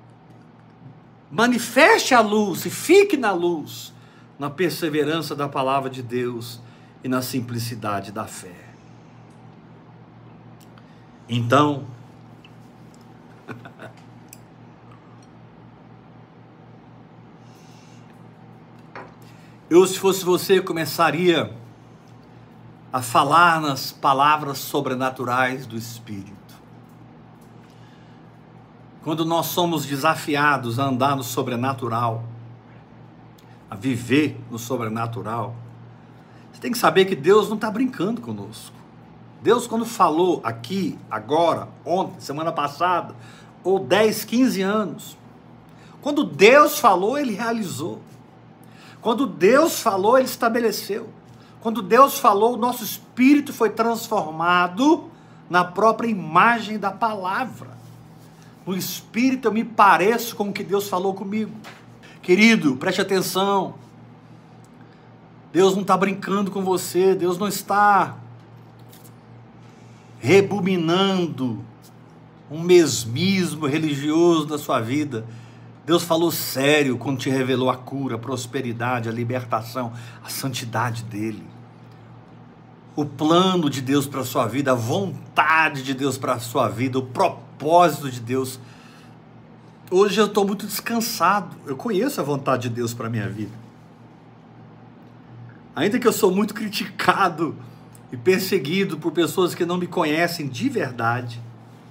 manifeste a luz e fique na luz, na perseverança da palavra de Deus e na simplicidade da fé. Então, eu, se fosse você, começaria a falar nas palavras sobrenaturais do Espírito. Quando nós somos desafiados a andar no sobrenatural, a viver no sobrenatural, você tem que saber que Deus não está brincando conosco. Deus, quando falou aqui, agora, ontem, semana passada, ou dez, quinze anos, quando Deus falou, Ele realizou. Quando Deus falou, Ele estabeleceu. Quando Deus falou, o nosso espírito foi transformado na própria imagem da palavra. No espírito eu me pareço com o que Deus falou comigo. Querido, preste atenção. Deus não está brincando com você. Deus não está rebuminando um mesmismo religioso da sua vida. Deus falou sério quando te revelou a cura, a prosperidade, a libertação, a santidade dele. O plano de Deus para a sua vida, a vontade de Deus para a sua vida, o propósito de Deus. Hoje eu estou muito descansado. Eu conheço a vontade de Deus para a minha vida. Ainda que eu sou muito criticado e perseguido por pessoas que não me conhecem de verdade,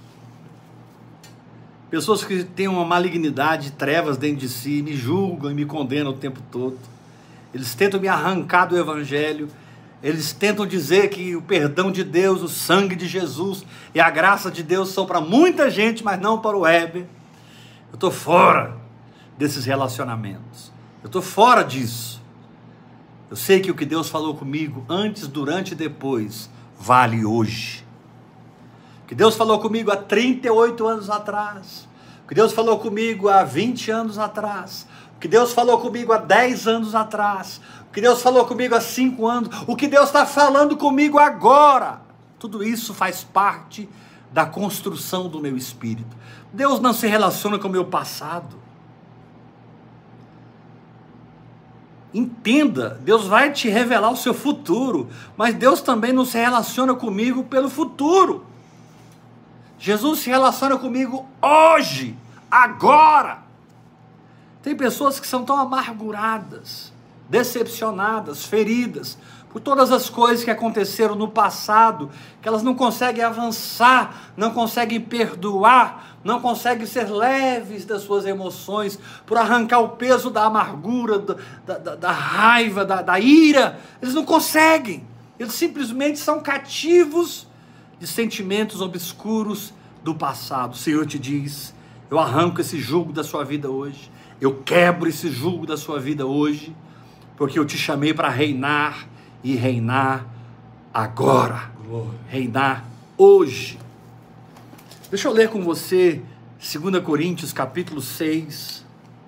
pessoas que têm uma malignidade, trevas dentro de si, me julgam e me condenam o tempo todo. Eles tentam me arrancar do evangelho. Eles tentam dizer que o perdão de Deus, o sangue de Jesus e a graça de Deus são para muita gente, mas não para o Heber. Eu estou fora desses relacionamentos. Eu estou fora disso. Eu sei que o que Deus falou comigo antes, durante e depois vale hoje. O que Deus falou comigo há trinta e oito anos atrás, o que Deus falou comigo há vinte anos atrás, o que Deus falou comigo há dez anos atrás, o que Deus falou comigo há cinco anos, o que Deus está falando comigo agora, tudo isso faz parte da construção do meu espírito. Deus não se relaciona com o meu passado. Entenda, Deus vai te revelar o seu futuro, mas Deus também não se relaciona comigo pelo futuro. Jesus se relaciona comigo hoje, agora. Tem pessoas que são tão amarguradas, decepcionadas, feridas, por todas as coisas que aconteceram no passado, que elas não conseguem avançar, não conseguem perdoar, não conseguem ser leves das suas emoções, por arrancar o peso da amargura, da, da, da raiva, da, da ira. Eles não conseguem, eles simplesmente são cativos de sentimentos obscuros do passado. O Senhor te diz: eu arranco esse jugo da sua vida hoje, eu quebro esse jugo da sua vida hoje, porque eu te chamei para reinar, e reinar agora, Glória. reinar hoje. Deixa eu ler com você dois Coríntios capítulo seis.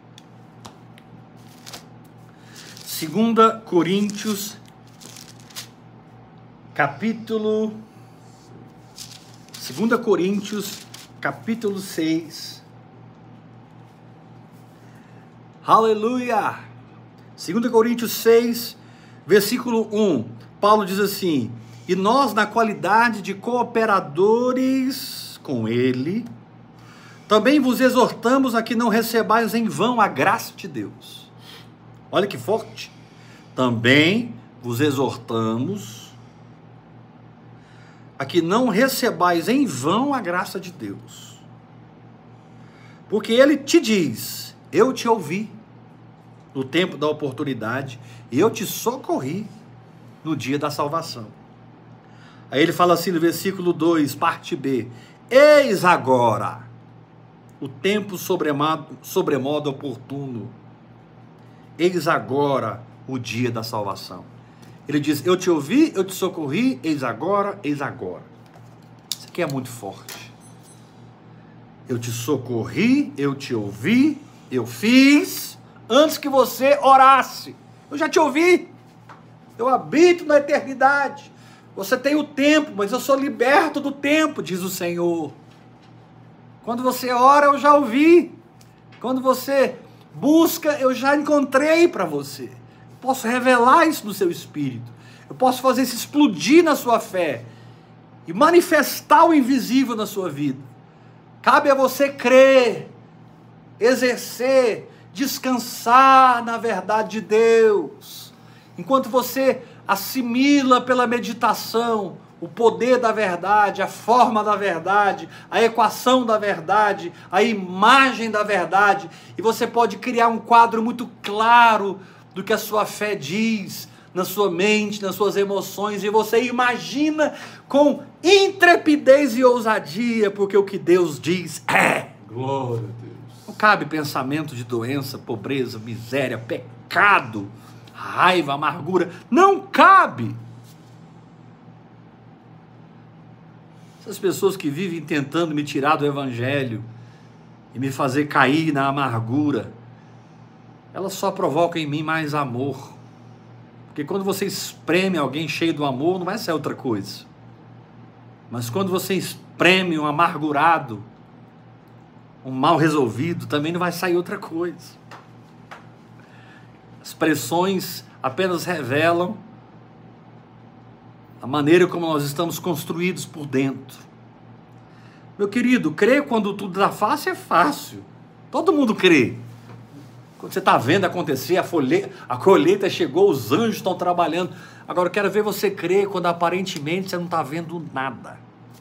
dois Coríntios capítulo dois Coríntios capítulo seis. Aleluia! dois Coríntios seis, versículo um, Paulo diz assim: e nós, na qualidade de cooperadores com ele, também vos exortamos a que não recebais em vão a graça de Deus. Olha que forte. Também vos exortamos a que não recebais em vão a graça de Deus. Porque ele te diz: eu te ouvi no tempo da oportunidade, e eu te socorri no dia da salvação. Aí ele fala assim no versículo dois, parte B: eis agora o tempo sobremodo, sobremodo oportuno, eis agora o dia da salvação. Ele diz: eu te ouvi, eu te socorri, eis agora, eis agora. Isso aqui é muito forte. Eu te socorri, eu te ouvi, eu fiz antes que você orasse. Eu já te ouvi. Eu habito na eternidade. Você tem o tempo, mas eu sou liberto do tempo, diz o Senhor. Quando você ora, eu já ouvi. Quando você busca, eu já encontrei para você. Eu posso revelar isso no seu espírito. Eu posso fazer isso explodir na sua fé e manifestar o invisível na sua vida. Cabe a você crer, exercer, descansar na verdade de Deus. Enquanto você assimila pela meditação o poder da verdade, a forma da verdade, a equação da verdade, a imagem da verdade, e você pode criar um quadro muito claro do que a sua fé diz na sua mente, nas suas emoções, e você imagina com intrepidez e ousadia, porque o que Deus diz é. Glória a Deus. Não cabe pensamento de doença, pobreza, miséria, pecado, raiva, amargura. Não cabe. Essas pessoas que vivem tentando me tirar do evangelho e me fazer cair na amargura, elas só provocam em mim mais amor. Porque quando você espreme alguém cheio do amor, não vai ser outra coisa. Mas quando você espreme um amargurado, um mal resolvido, também não vai sair outra coisa. As pressões apenas revelam a maneira como nós estamos construídos por dentro. Meu querido, crer quando tudo dá fácil é fácil. Todo mundo crê. Quando você está vendo acontecer, a, folhe... a colheita chegou, os anjos estão trabalhando. Agora eu quero ver você crer quando aparentemente você não está vendo nada.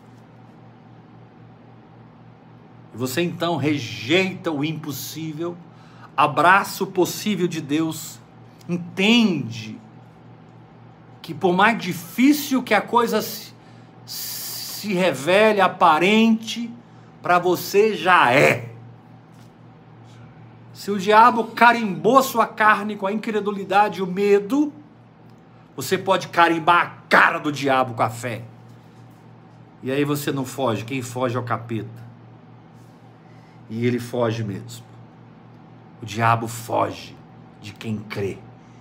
E você então rejeita o impossível, abraça o possível de Deus, entende que por mais difícil que a coisa se, se revele, aparente, para você já é. Se o diabo carimbou sua carne com a incredulidade e o medo, você pode carimbar a cara do diabo com a fé. E aí você não foge, quem foge é o capeta. E ele foge mesmo. O diabo foge de quem crê.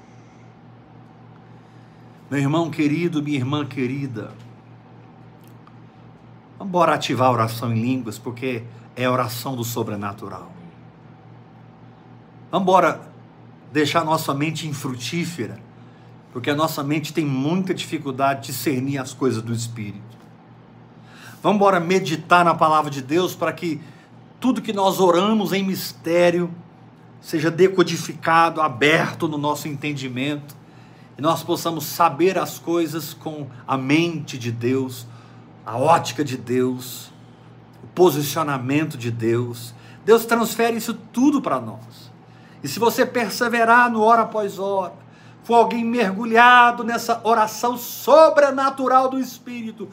Meu irmão querido, minha irmã querida, vamos embora ativar a oração em línguas, porque é a oração do sobrenatural. Vamos embora deixar nossa mente infrutífera, porque a nossa mente tem muita dificuldade de discernir as coisas do Espírito. Vamos embora meditar na palavra de Deus para que tudo que nós oramos em mistério seja decodificado, aberto no nosso entendimento, e nós possamos saber as coisas com a mente de Deus, a ótica de Deus, o posicionamento de Deus. Deus transfere isso tudo para nós. E se você perseverar no hora após hora, for alguém mergulhado nessa oração sobrenatural do Espírito,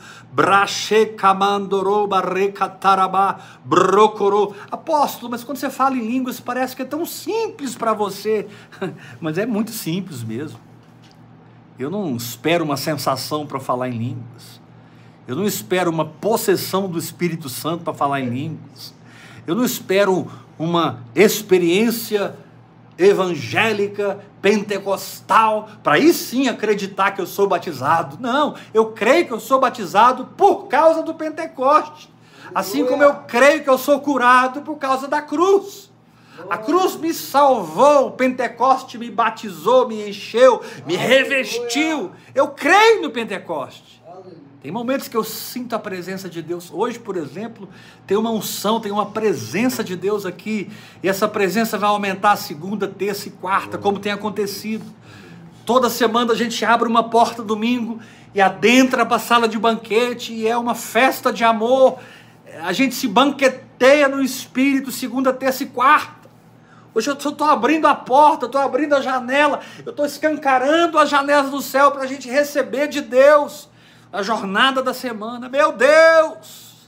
apóstolo, mas quando você fala em línguas parece que é tão simples para você, mas é muito simples mesmo. Eu não espero uma sensação para falar em línguas, eu não espero uma possessão do Espírito Santo para falar em línguas, eu não espero uma experiência evangélica, pentecostal, para aí sim acreditar que eu sou batizado. Não, eu creio que eu sou batizado por causa do Pentecoste, assim como eu creio que eu sou curado por causa da cruz. A cruz me salvou, o Pentecoste me batizou, me encheu, me revestiu. Eu creio no Pentecoste. Tem momentos que eu sinto a presença de Deus. Hoje, por exemplo, tem uma unção, tem uma presença de Deus aqui. E essa presença vai aumentar a segunda, terça e quarta, como tem acontecido. Toda semana a gente abre uma porta domingo e adentra para a sala de banquete. E é uma festa de amor. A gente se banqueteia no Espírito, segunda, terça e quarta. Hoje eu estou abrindo a porta, estou abrindo a janela. Eu estou escancarando as janelas do céu para a gente receber de Deus a jornada da semana. Meu Deus!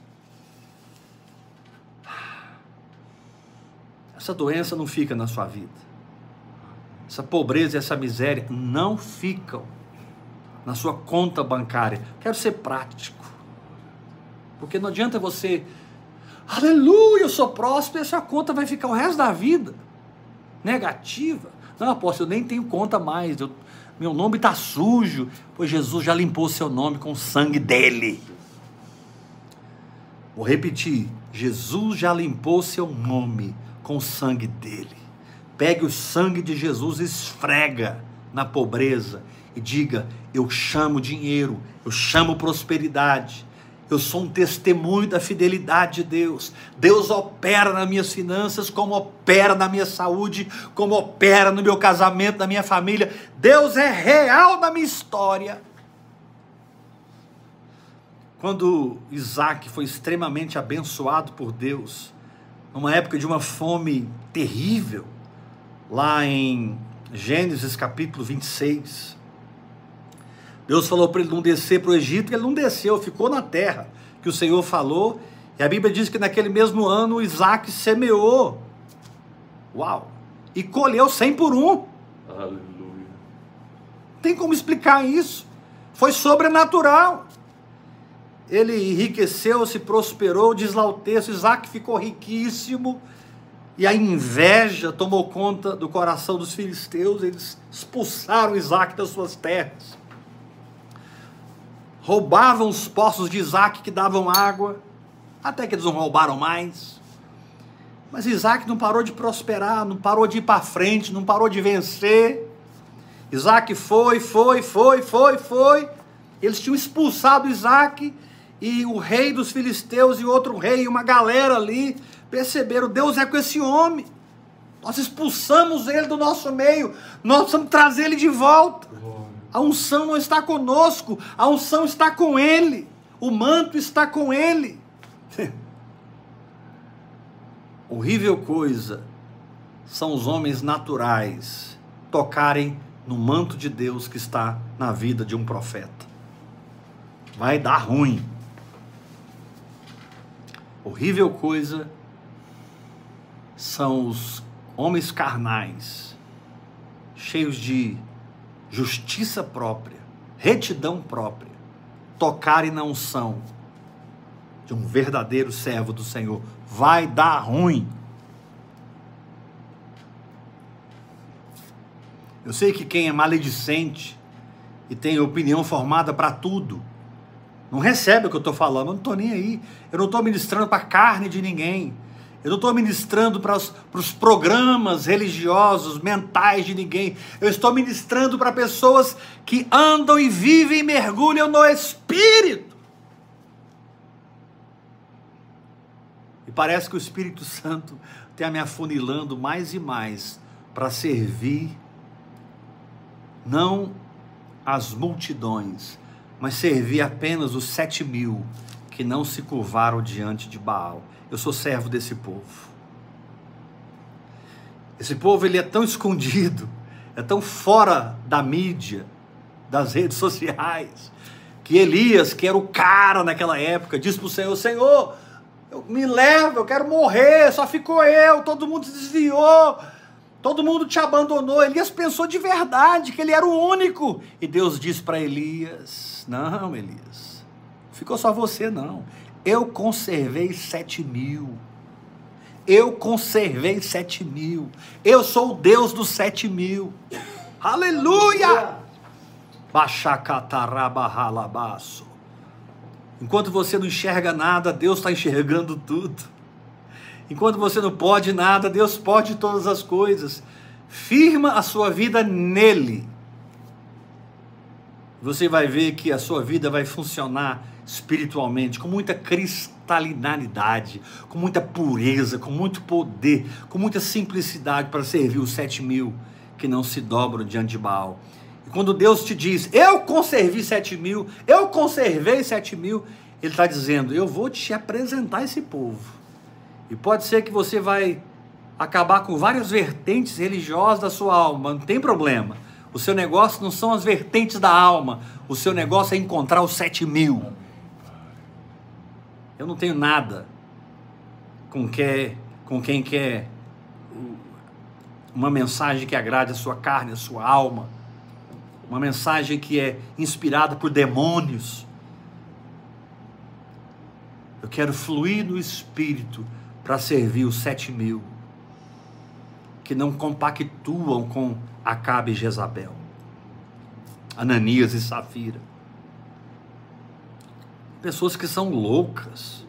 Essa doença não fica na sua vida. Essa pobreza e essa miséria não ficam na sua conta bancária. Quero ser prático. Porque não adianta você, aleluia, eu sou próspero, e essa conta vai ficar o resto da vida negativa. Não, apóstolo, eu nem tenho conta mais, eu meu nome está sujo, pois Jesus já limpou o seu nome com o sangue dele. Vou repetir, Jesus já limpou o seu nome com o sangue dele. Pegue o sangue de Jesus e esfrega na pobreza e diga, eu chamo dinheiro, eu chamo prosperidade, eu sou um testemunho da fidelidade de Deus. Deus opera nas minhas finanças, como opera na minha saúde, como opera no meu casamento, na minha família. Deus é real na minha história. Quando Isaac foi extremamente abençoado por Deus, numa época de uma fome terrível, lá em Gênesis capítulo vinte e seis, Deus falou para ele não descer para o Egito, e ele não desceu, ficou na terra que o Senhor falou, e a Bíblia diz que naquele mesmo ano Isaac semeou, uau, e colheu cem por um. Aleluia. Tem como explicar isso? Foi sobrenatural. Ele enriqueceu, se prosperou, diz lá o texto, Isaac ficou riquíssimo, e a inveja tomou conta do coração dos filisteus, eles expulsaram Isaac das suas terras. Roubavam os poços de Isaac que davam água, até que eles não roubaram mais. Mas Isaac não parou de prosperar, não parou de ir para frente, não parou de vencer. Isaac foi, foi, foi, foi, foi. Eles tinham expulsado Isaac, e o rei dos filisteus e outro rei, uma galera ali, perceberam, Deus é com esse homem. Nós expulsamos ele do nosso meio, nós precisamos trazer ele de volta. A unção não está conosco, a unção está com ele, o manto está com ele. Horrível coisa são os homens naturais tocarem no manto de Deus que está na vida de um profeta. Vai dar ruim. Horrível coisa são os homens carnais, cheios de justiça própria, retidão própria, tocarem na unção de um verdadeiro servo do Senhor. Vai dar ruim. Eu sei que quem é maledicente e tem opinião formada para tudo, não recebe o que eu estou falando, eu não estou nem aí, eu não estou ministrando para a carne de ninguém, Eu não estou ministrando para os, para os programas religiosos, mentais de ninguém. Eu estou ministrando para pessoas que andam e vivem e mergulham no Espírito. E parece que o Espírito Santo está me afunilando mais e mais para servir, não as multidões, mas servir apenas os sete mil que não se curvaram diante de Baal. Eu sou servo desse povo. Esse povo, ele é tão escondido, é tão fora da mídia, das redes sociais, que Elias, que era o cara naquela época, disse para o Senhor: Senhor, eu, me leva, eu quero morrer, só ficou eu, todo mundo se desviou, todo mundo te abandonou. Elias pensou de verdade que ele era o único. E Deus disse para Elias: não, Elias, ficou só você não. Eu conservei sete mil. Eu conservei sete mil. Eu sou o Deus dos sete mil. Aleluia! Bachacatarabarralabaço. Enquanto você não enxerga nada, Deus está enxergando tudo. Enquanto você não pode nada, Deus pode todas as coisas. Firma a sua vida nele. Você vai ver que a sua vida vai funcionar espiritualmente com muita cristalinidade, com muita pureza, com muito poder, com muita simplicidade para servir os sete mil que não se dobram diante de Baal. E quando Deus te diz: eu conservei sete mil, eu conservei sete mil, Ele está dizendo: eu vou te apresentar esse povo. E pode ser que você vai acabar com várias vertentes religiosas da sua alma, não tem problema. O seu negócio não são as vertentes da alma, o seu negócio é encontrar os sete mil. Eu não tenho nada com, que, com quem quer uma mensagem que agrade a sua carne, a sua alma, uma mensagem que é inspirada por demônios. Eu quero fluir no Espírito para servir os sete mil que não compactuam com Acabe e Jezabel, Ananias e Safira. Pessoas que são loucas.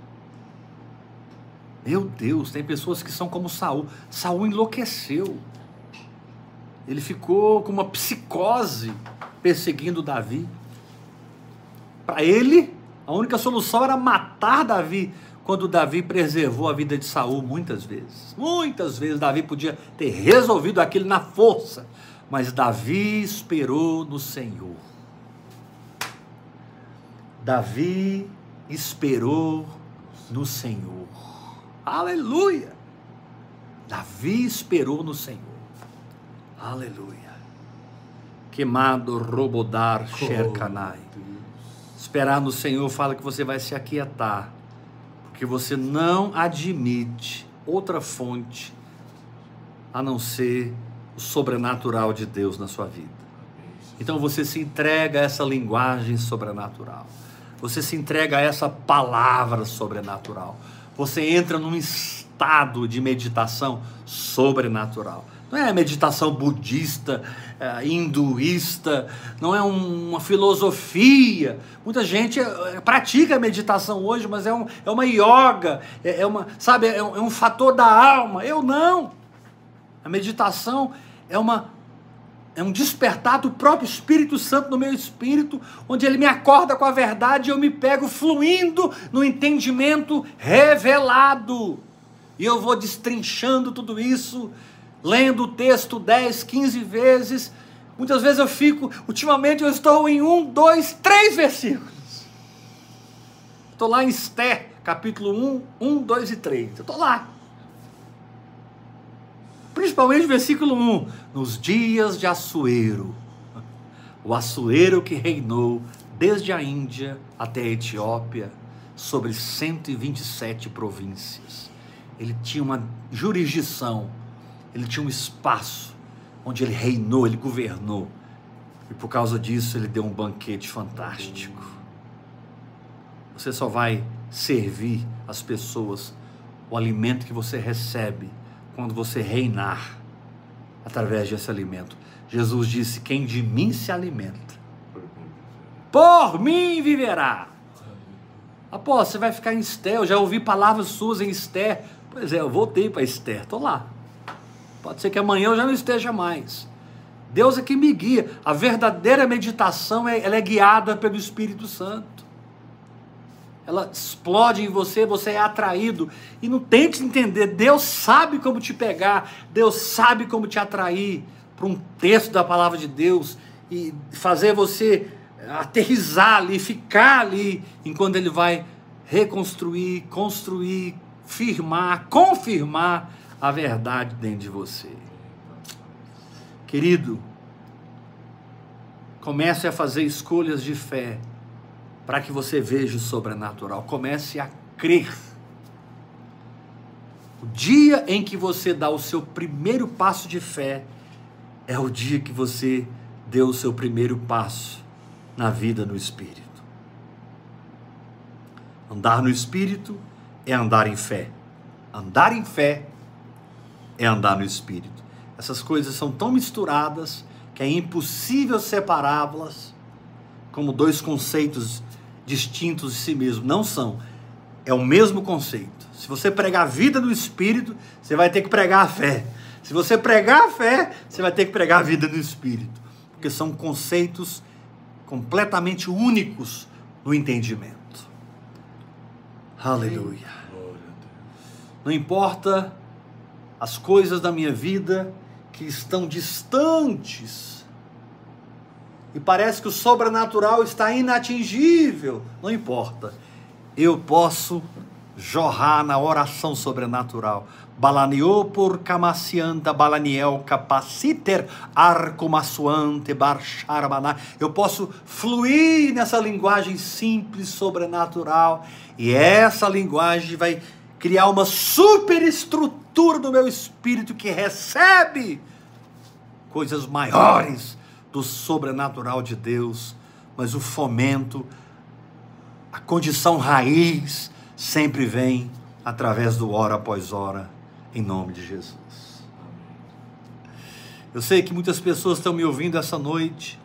Meu Deus, tem pessoas que são como Saul. Saul enlouqueceu. Ele ficou com uma psicose perseguindo Davi. Para ele, a única solução era matar Davi, quando Davi preservou a vida de Saul muitas vezes. Muitas vezes Davi podia ter resolvido aquilo na força, mas Davi esperou no Senhor. Davi esperou no Senhor. Aleluia! Davi esperou no Senhor. Aleluia! Queimado Robodar Sherkanai. Esperar no Senhor fala que você vai se aquietar, porque você não admite outra fonte a não ser o sobrenatural de Deus na sua vida. Então você se entrega a essa linguagem sobrenatural. Você se entrega a essa palavra sobrenatural. Você entra num estado de meditação sobrenatural. Não é meditação budista, é, hinduísta, não é um, uma filosofia. Muita gente é, pratica a meditação hoje, mas é, um, é uma yoga, é, é, uma, sabe, é, um, é um fator da alma. Eu não. A meditação é uma... é um despertar do próprio Espírito Santo no meu espírito, onde ele me acorda com a verdade e eu me pego fluindo no entendimento revelado. E eu vou destrinchando tudo isso, lendo o texto dez, quinze vezes. Muitas vezes eu fico, ultimamente eu estou em um, dois, três versículos. Estou lá em Esther, capítulo um, um, dois e três. Eu estou lá. Principalmente versículo um, nos dias de Assuero, o Assuero que reinou desde a Índia até a Etiópia, sobre cento e vinte e sete províncias. Ele tinha uma jurisdição, ele tinha um espaço, onde ele reinou, ele governou, e por causa disso ele deu um banquete fantástico. Você só vai servir as pessoas, o alimento que você recebe, quando você reinar através desse alimento. Jesus disse: quem de mim se alimenta, por mim viverá. Apóstolo, você vai ficar em Esther, eu já ouvi palavras suas em Esther. Pois é, eu voltei para Esther, estou lá. Pode ser que amanhã eu já não esteja mais. Deus é que me guia. A verdadeira meditação é, ela é guiada pelo Espírito Santo. Ela explode em você, você é atraído. E não tente entender, Deus sabe como te pegar, Deus sabe como te atrair para um texto da palavra de Deus e fazer você aterrissar ali, ficar ali, enquanto Ele vai reconstruir, construir, firmar, confirmar a verdade dentro de você. Querido, comece a fazer escolhas de fé para que você veja o sobrenatural. Comece a crer. O dia em que você dá o seu primeiro passo de fé é o dia que você deu o seu primeiro passo na vida no Espírito. Andar no Espírito é andar em fé. Andar em fé é andar no Espírito. Essas coisas são tão misturadas que é impossível separá-las como dois conceitos distintos de si mesmo. Não são. É o mesmo conceito. Se você pregar a vida no Espírito, você vai ter que pregar a fé. Se você pregar a fé, você vai ter que pregar a vida no Espírito. Porque são conceitos completamente únicos no entendimento. Aleluia. Não importa as coisas da minha vida que estão distantes e parece que o sobrenatural está inatingível, não importa, eu posso jorrar na oração sobrenatural. Balaniô por camacianta, balaniel capaciter arcomaçoante barcharmaná. Eu posso fluir nessa linguagem simples, sobrenatural, e essa linguagem vai criar uma superestrutura do meu espírito que recebe coisas maiores do sobrenatural de Deus, mas o fomento, a condição raiz, sempre vem através do hora após hora, em nome de Jesus. Eu sei que muitas pessoas estão me ouvindo essa noite,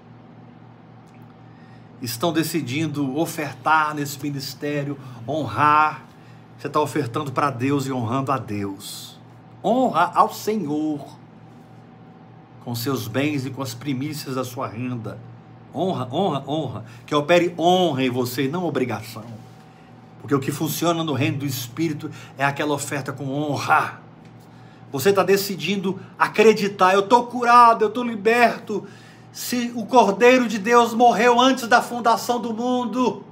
estão decidindo ofertar nesse ministério, honrar. Você está ofertando para Deus e honrando a Deus. Honra ao Senhor com seus bens e com as primícias da sua renda. Honra, honra, honra. Que opere honra em você, não obrigação. Porque o que funciona no reino do Espírito é aquela oferta com honra. Você está decidindo acreditar. Eu estou curado, eu estou liberto. Se o Cordeiro de Deus morreu antes da fundação do mundo,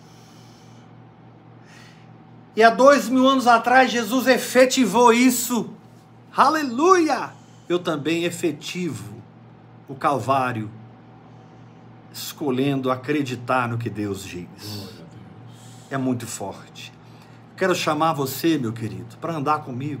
e há dois mil anos atrás Jesus efetivou isso, aleluia, eu também efetivo o Calvário, escolhendo acreditar no que Deus diz. É muito forte. Quero chamar você, meu querido, para andar comigo.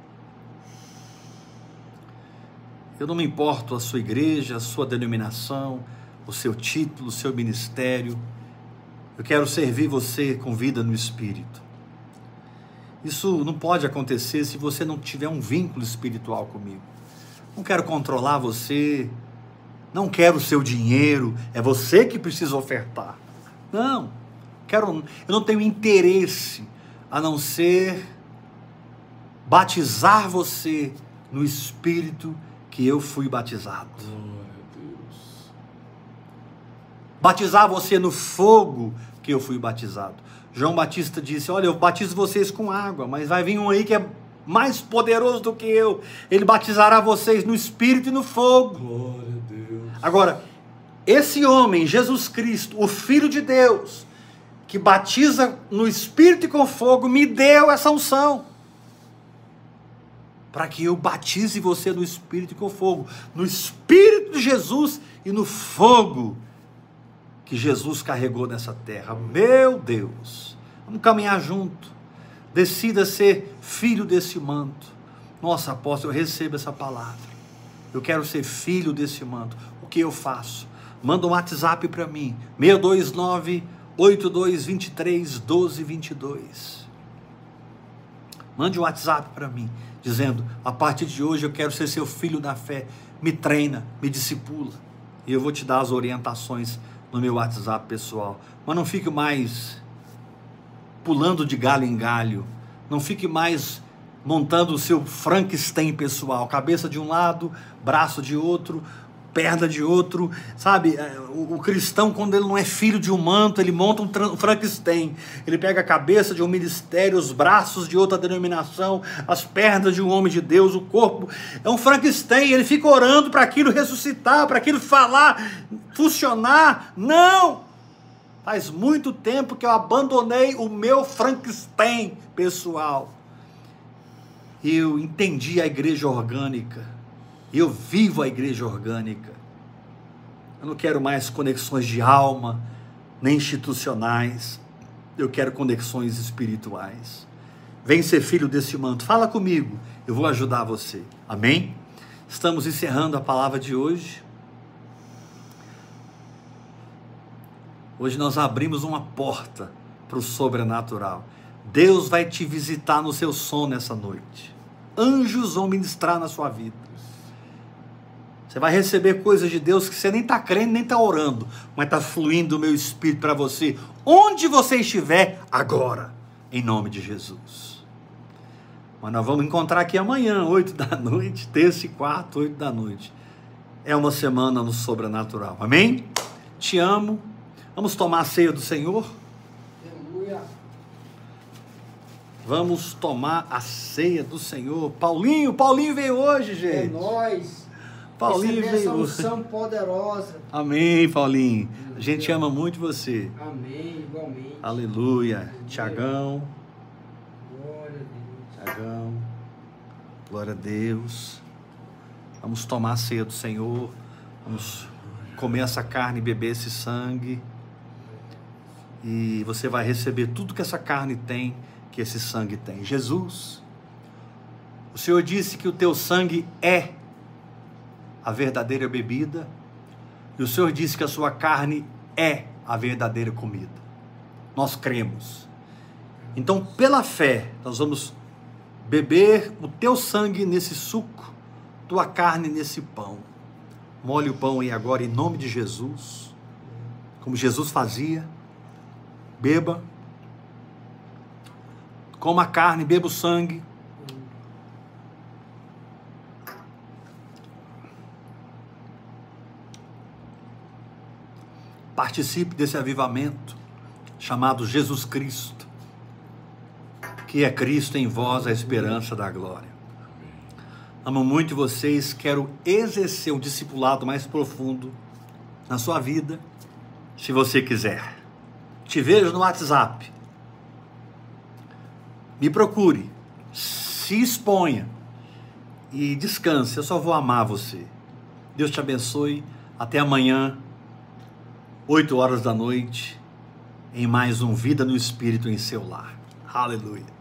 Eu não me importo a sua igreja, a sua denominação, o seu título, o seu ministério. Eu quero servir você com vida no Espírito. Isso não pode acontecer se você não tiver um vínculo espiritual comigo. Não quero controlar você, não quero o seu dinheiro, é você que precisa ofertar. Não, quero, eu não tenho interesse a não ser batizar você no Espírito que eu fui batizado. Batizar você no fogo que eu fui batizado. João Batista disse, olha, eu batizo vocês com água, mas vai vir um aí que é mais poderoso do que eu. Ele batizará vocês no Espírito e no fogo. Glória a Deus. Agora, esse homem, Jesus Cristo, o Filho de Deus, que batiza no Espírito e com fogo, me deu essa unção. Para que eu batize você no Espírito e com fogo. No Espírito de Jesus e no fogo que Jesus carregou nessa terra. Meu Deus, vamos caminhar junto. Decida ser filho desse manto. Nossa, apóstolo, eu recebo essa palavra. Eu quero ser filho desse manto. O que eu faço? Manda um WhatsApp para mim. seis dois nove, oito dois dois três, um dois dois dois. Mande um WhatsApp para mim, dizendo, a partir de hoje eu quero ser seu filho na fé. Me treina, me discipula. E eu vou te dar as orientações no meu WhatsApp pessoal. Mas não fique mais pulando de galho em galho. Não fique mais montando o seu Frankenstein pessoal, cabeça de um lado, braço de outro, perna de outro, sabe? O, o cristão, quando ele não é filho de um manto, ele monta um Frankenstein. Ele pega a cabeça de um ministério, os braços de outra denominação, as pernas de um homem de Deus, o corpo. É um Frankenstein, ele fica orando para aquilo ressuscitar, para aquilo falar, funcionar. Não! Faz muito tempo que eu abandonei o meu Frankenstein pessoal. Eu entendi a igreja orgânica. Eu vivo a igreja orgânica. Eu não quero mais conexões de alma, nem institucionais. Eu quero conexões espirituais. Vem ser filho desse manto. Fala comigo, eu vou ajudar você. Amém? Estamos encerrando a palavra de hoje. Hoje nós abrimos uma porta para o sobrenatural. Deus vai te visitar no seu sono essa noite. Anjos vão ministrar na sua vida. Você vai receber coisas de Deus que você nem está crendo, nem está orando, mas está fluindo o meu Espírito para você, onde você estiver agora, em nome de Jesus. Mas nós vamos encontrar aqui amanhã, oito da noite, terça e quarta, oito da noite. É uma semana no sobrenatural, amém? Te amo. Vamos tomar a ceia do Senhor? Aleluia. Vamos tomar a ceia do Senhor. Paulinho, Paulinho veio hoje, gente. É nóis. Paulinho Receber veio essa hoje. unção poderosa. Amém, Paulinho. A gente ama muito você. Amém, igualmente. Aleluia. Tiagão. Glória a Deus. Tiagão. Glória a Deus. Vamos tomar a ceia do Senhor. Vamos comer essa carne e beber esse sangue. E você vai receber tudo que essa carne tem, que esse sangue tem. Jesus, o Senhor disse que o teu sangue é a verdadeira bebida, e o Senhor disse que a sua carne é a verdadeira comida. Nós cremos. Então, pela fé, nós vamos beber o teu sangue nesse suco, tua carne nesse pão. Molhe o pão aí agora em nome de Jesus, como Jesus fazia. Beba, coma a carne, beba o sangue. Participe desse avivamento chamado Jesus Cristo, que é Cristo em vós, a esperança da glória. Amo muito vocês, quero exercer um discipulado mais profundo na sua vida, se você quiser. Te vejo no WhatsApp. Me procure, se exponha e descanse. Eu só vou amar você. Deus te abençoe. Até amanhã, oito horas da noite, em mais um Vida no Espírito em seu lar. Aleluia.